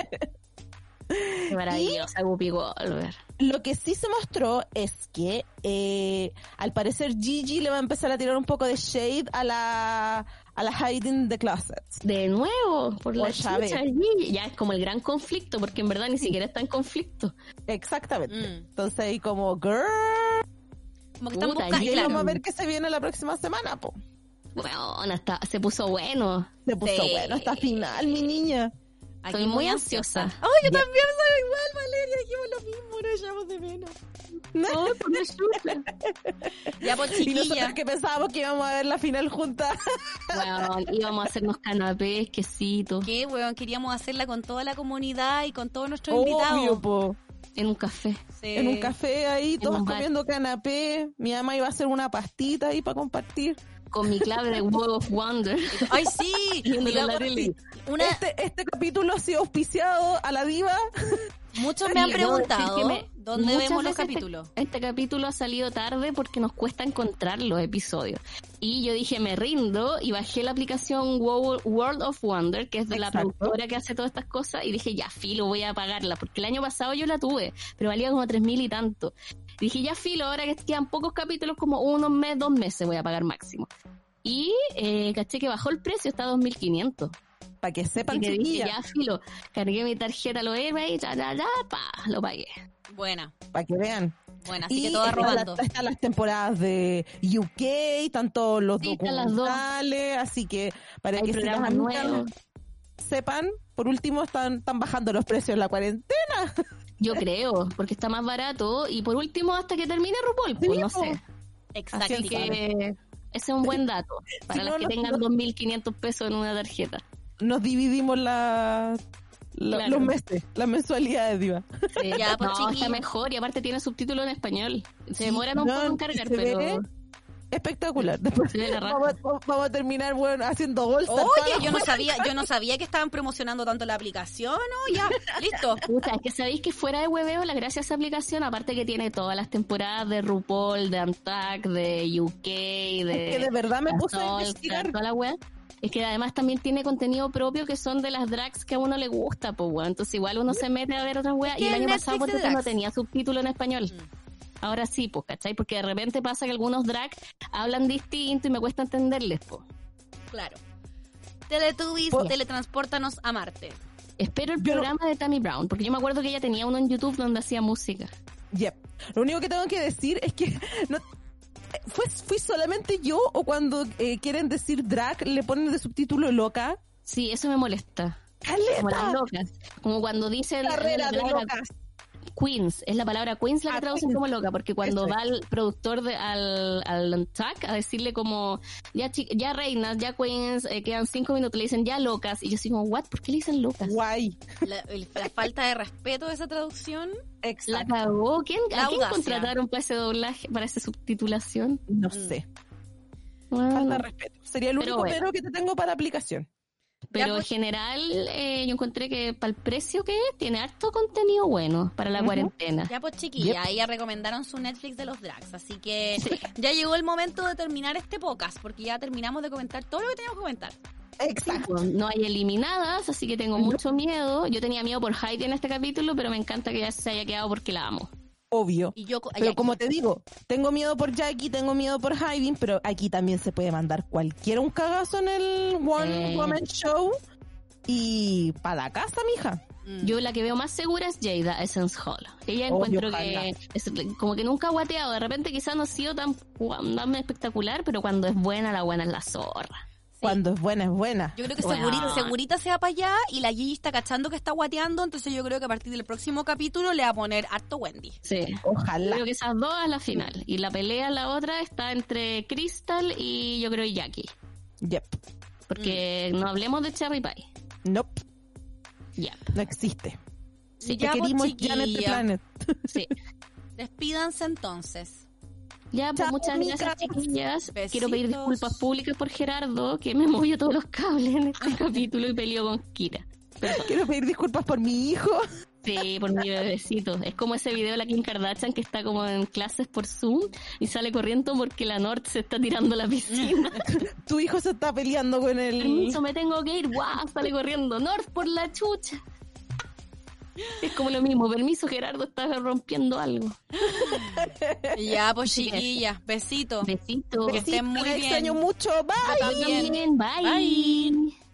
Qué maravillosa Whoopi Goldberg. Lo que sí se mostró es que al parecer Gigi le va a empezar a tirar un poco de shade a la Hiding the Closet. De nuevo, por la Otra vez. chucha allí. Ya es como el gran conflicto, porque en verdad ni siquiera está en conflicto. Exactamente. Mm. Entonces ahí como, girl, Como que están Puta, buscando... y ahí Claro. vamos a ver qué se viene la próxima semana, po. Bueno, se puso bueno. Se puso Sí. bueno esta final, mi niña. Aquí Estoy muy ansiosa. Ay, yo también soy igual, Valeria. Dijimos lo mismo, nos echamos de menos. Oh, por la chucha. Ya, pues, Y nosotros chiquilla. que pensábamos que íbamos a ver la final juntas. Bueno, íbamos a hacernos canapés, quesitos, ¿Qué, weón? Queríamos hacerla con toda la comunidad y con todos nuestros Obvio, invitados. po. en un café. Sí. En un café ahí, todos un bar. comiendo canapé. Mi mamá iba a hacer una pastita ahí para compartir. Con mi clave de World of Wonder. ¡Ay, sí! Viéndolo en la tele. Una, Este capítulo ha sido auspiciado a la diva. muchos me han Y debo decir preguntado que dónde muchas vemos los veces capítulos. Este capítulo ha salido tarde porque nos cuesta encontrar los episodios. Y yo dije, me rindo y bajé la aplicación World of Wonder, que es de la Exacto. productora que hace todas estas cosas, y dije, ya, filo, voy a pagarla, porque el año pasado yo la tuve, pero valía como 3.000 y tanto. Dije, ya, filo, ahora que quedan pocos capítulos, como 1 mes, 2 meses voy a pagar máximo. Y caché que bajó el precio, está a 2.500. Para que sepan, Y que dije, chiquillas. ya, filo, cargué mi tarjeta, lo y lo pagué. Buena, Para que vean. buena. Así Y que todas robando. están las temporadas de UK, están todos los Sí, están las dos. documentales, así que para Hay que si las programas amigas nuevos. sepan, por último están bajando los precios en la cuarentena. Yo creo, porque está más barato. Y por último, hasta que termine RuPaul, pues Sí, no po. sé. Exacto. Así que ese es un buen dato para Si las no, que no- tengan no- 2.500 pesos en una tarjeta. Nos dividimos Claro. los meses, las mensualidades, diva. Ya, pues, no, chiquillos. está mejor y aparte tiene subtítulos en español. Se Sí, demoran un no, poco en y cargar, se ve pero espectacular. Después se ve la raja. vamos a terminar bueno, haciendo bolsa. Oye, yo no sabía que estaban promocionando tanto la aplicación, ¿no? Ya, listo. Puta, es que sabéis que fuera de hueveo, la gracia de esa aplicación, aparte que tiene todas las temporadas de RuPaul, de Untucked, de UK, de... que de verdad me las puse a All investigar. Star, toda la wea. Es que además también tiene contenido propio que son de las drags que a uno le gusta, pues weón. Entonces igual uno se mete a ver otras weas. Es Y que el año Netflix pasado de porque no drags. tenía subtítulo en español. Ahora sí, pues, ¿cachai? Porque de repente pasa que algunos drags hablan distinto y me cuesta entenderles, pues. Claro. Teletubbies, Pues- teletranspórtanos a Marte. Espero el Yo no- programa de Tammy Brown, porque yo me acuerdo que ella tenía uno en YouTube donde hacía música. Yep. Lo único que tengo que decir es que no, ¿fui solamente yo o cuando quieren decir drag le ponen de subtítulo loca? Sí, eso me molesta. Como las ¡Caleta! locas. Como cuando dicen Carrera la de palabra locas. Queens, es la palabra Queens la que traducen Queens. como loca, porque cuando Eso va el productor al track a decirle como, ya reinas, ya Queens, quedan 5 minutos, le dicen ya locas, y yo así como, ¿what? ¿Por qué le dicen locas? Guay. La falta de respeto de esa traducción. La Exacto. cagó. ¿A La quién audacia. contrataron para ese doblaje, para esa subtitulación? No sé. Bueno, Falta de respeto. Sería el Pero único bueno. pero que te tengo para aplicación. pero Ya, en pues. general yo encontré que para el precio que es, tiene harto contenido bueno para la Ujú. cuarentena. Ya pues chiquilla, ella recomendaron su Netflix de los drags, así que Sí. ya llegó el momento de terminar este podcast, porque ya terminamos de comentar todo lo que teníamos que comentar. Exacto. Pues, no hay eliminadas, así que tengo mucho miedo. Yo tenía miedo por Heidi en este capítulo, pero me encanta que ya se haya quedado porque la amo. Obvio. Y yo, Pero como te digo, tengo miedo por Jackie, tengo miedo por Heidi, pero aquí también se puede mandar cualquiera un cagazo en el One Woman Show y para la casa, mija. Yo la que veo más segura es Jada Essence Hall. Ella Obvio, encuentro ojalá. que es como que nunca ha guateado. De repente quizás no ha sido tan espectacular, pero cuando es buena, la buena es la zorra. Cuando es buena, es buena. Yo creo que Bueno. segurita se va para allá y la Gigi está cachando que está guateando, entonces yo creo que a partir del próximo capítulo le va a poner harto Wendy. Sí. Ojalá. Creo que esas dos a la final. Y la pelea, la otra, está entre Crystal y yo creo Jackie. Yep. Porque no hablemos de Cherry Pie. Nope. Yep. No existe. Sí, Ya, Te pues, querimos ya en este chiquilla. planet. sí. Despídanse entonces. Ya, pues Chao, muchas micas. gracias, chiquillas. Besitos. Quiero pedir disculpas públicas por Gerardo, que me movió todos los cables en este capítulo y peleó con Kira. Perdón. Quiero pedir disculpas por mi hijo. Sí, por mi bebecito. Es como ese video de la Kim Kardashian que está como en clases por Zoom y sale corriendo porque la North se está tirando a la piscina. Tu hijo se está peleando con el... Permiso, me tengo que ir. ¡Guau! Sale corriendo. North por la chucha. Es como lo mismo. Permiso, Gerardo está rompiendo algo. Ya pues Así que- chiquillas, besitos. Besito. Que estén muy Te bien. extraño mucho. Bye. Yo también. Bien, bye. Bye.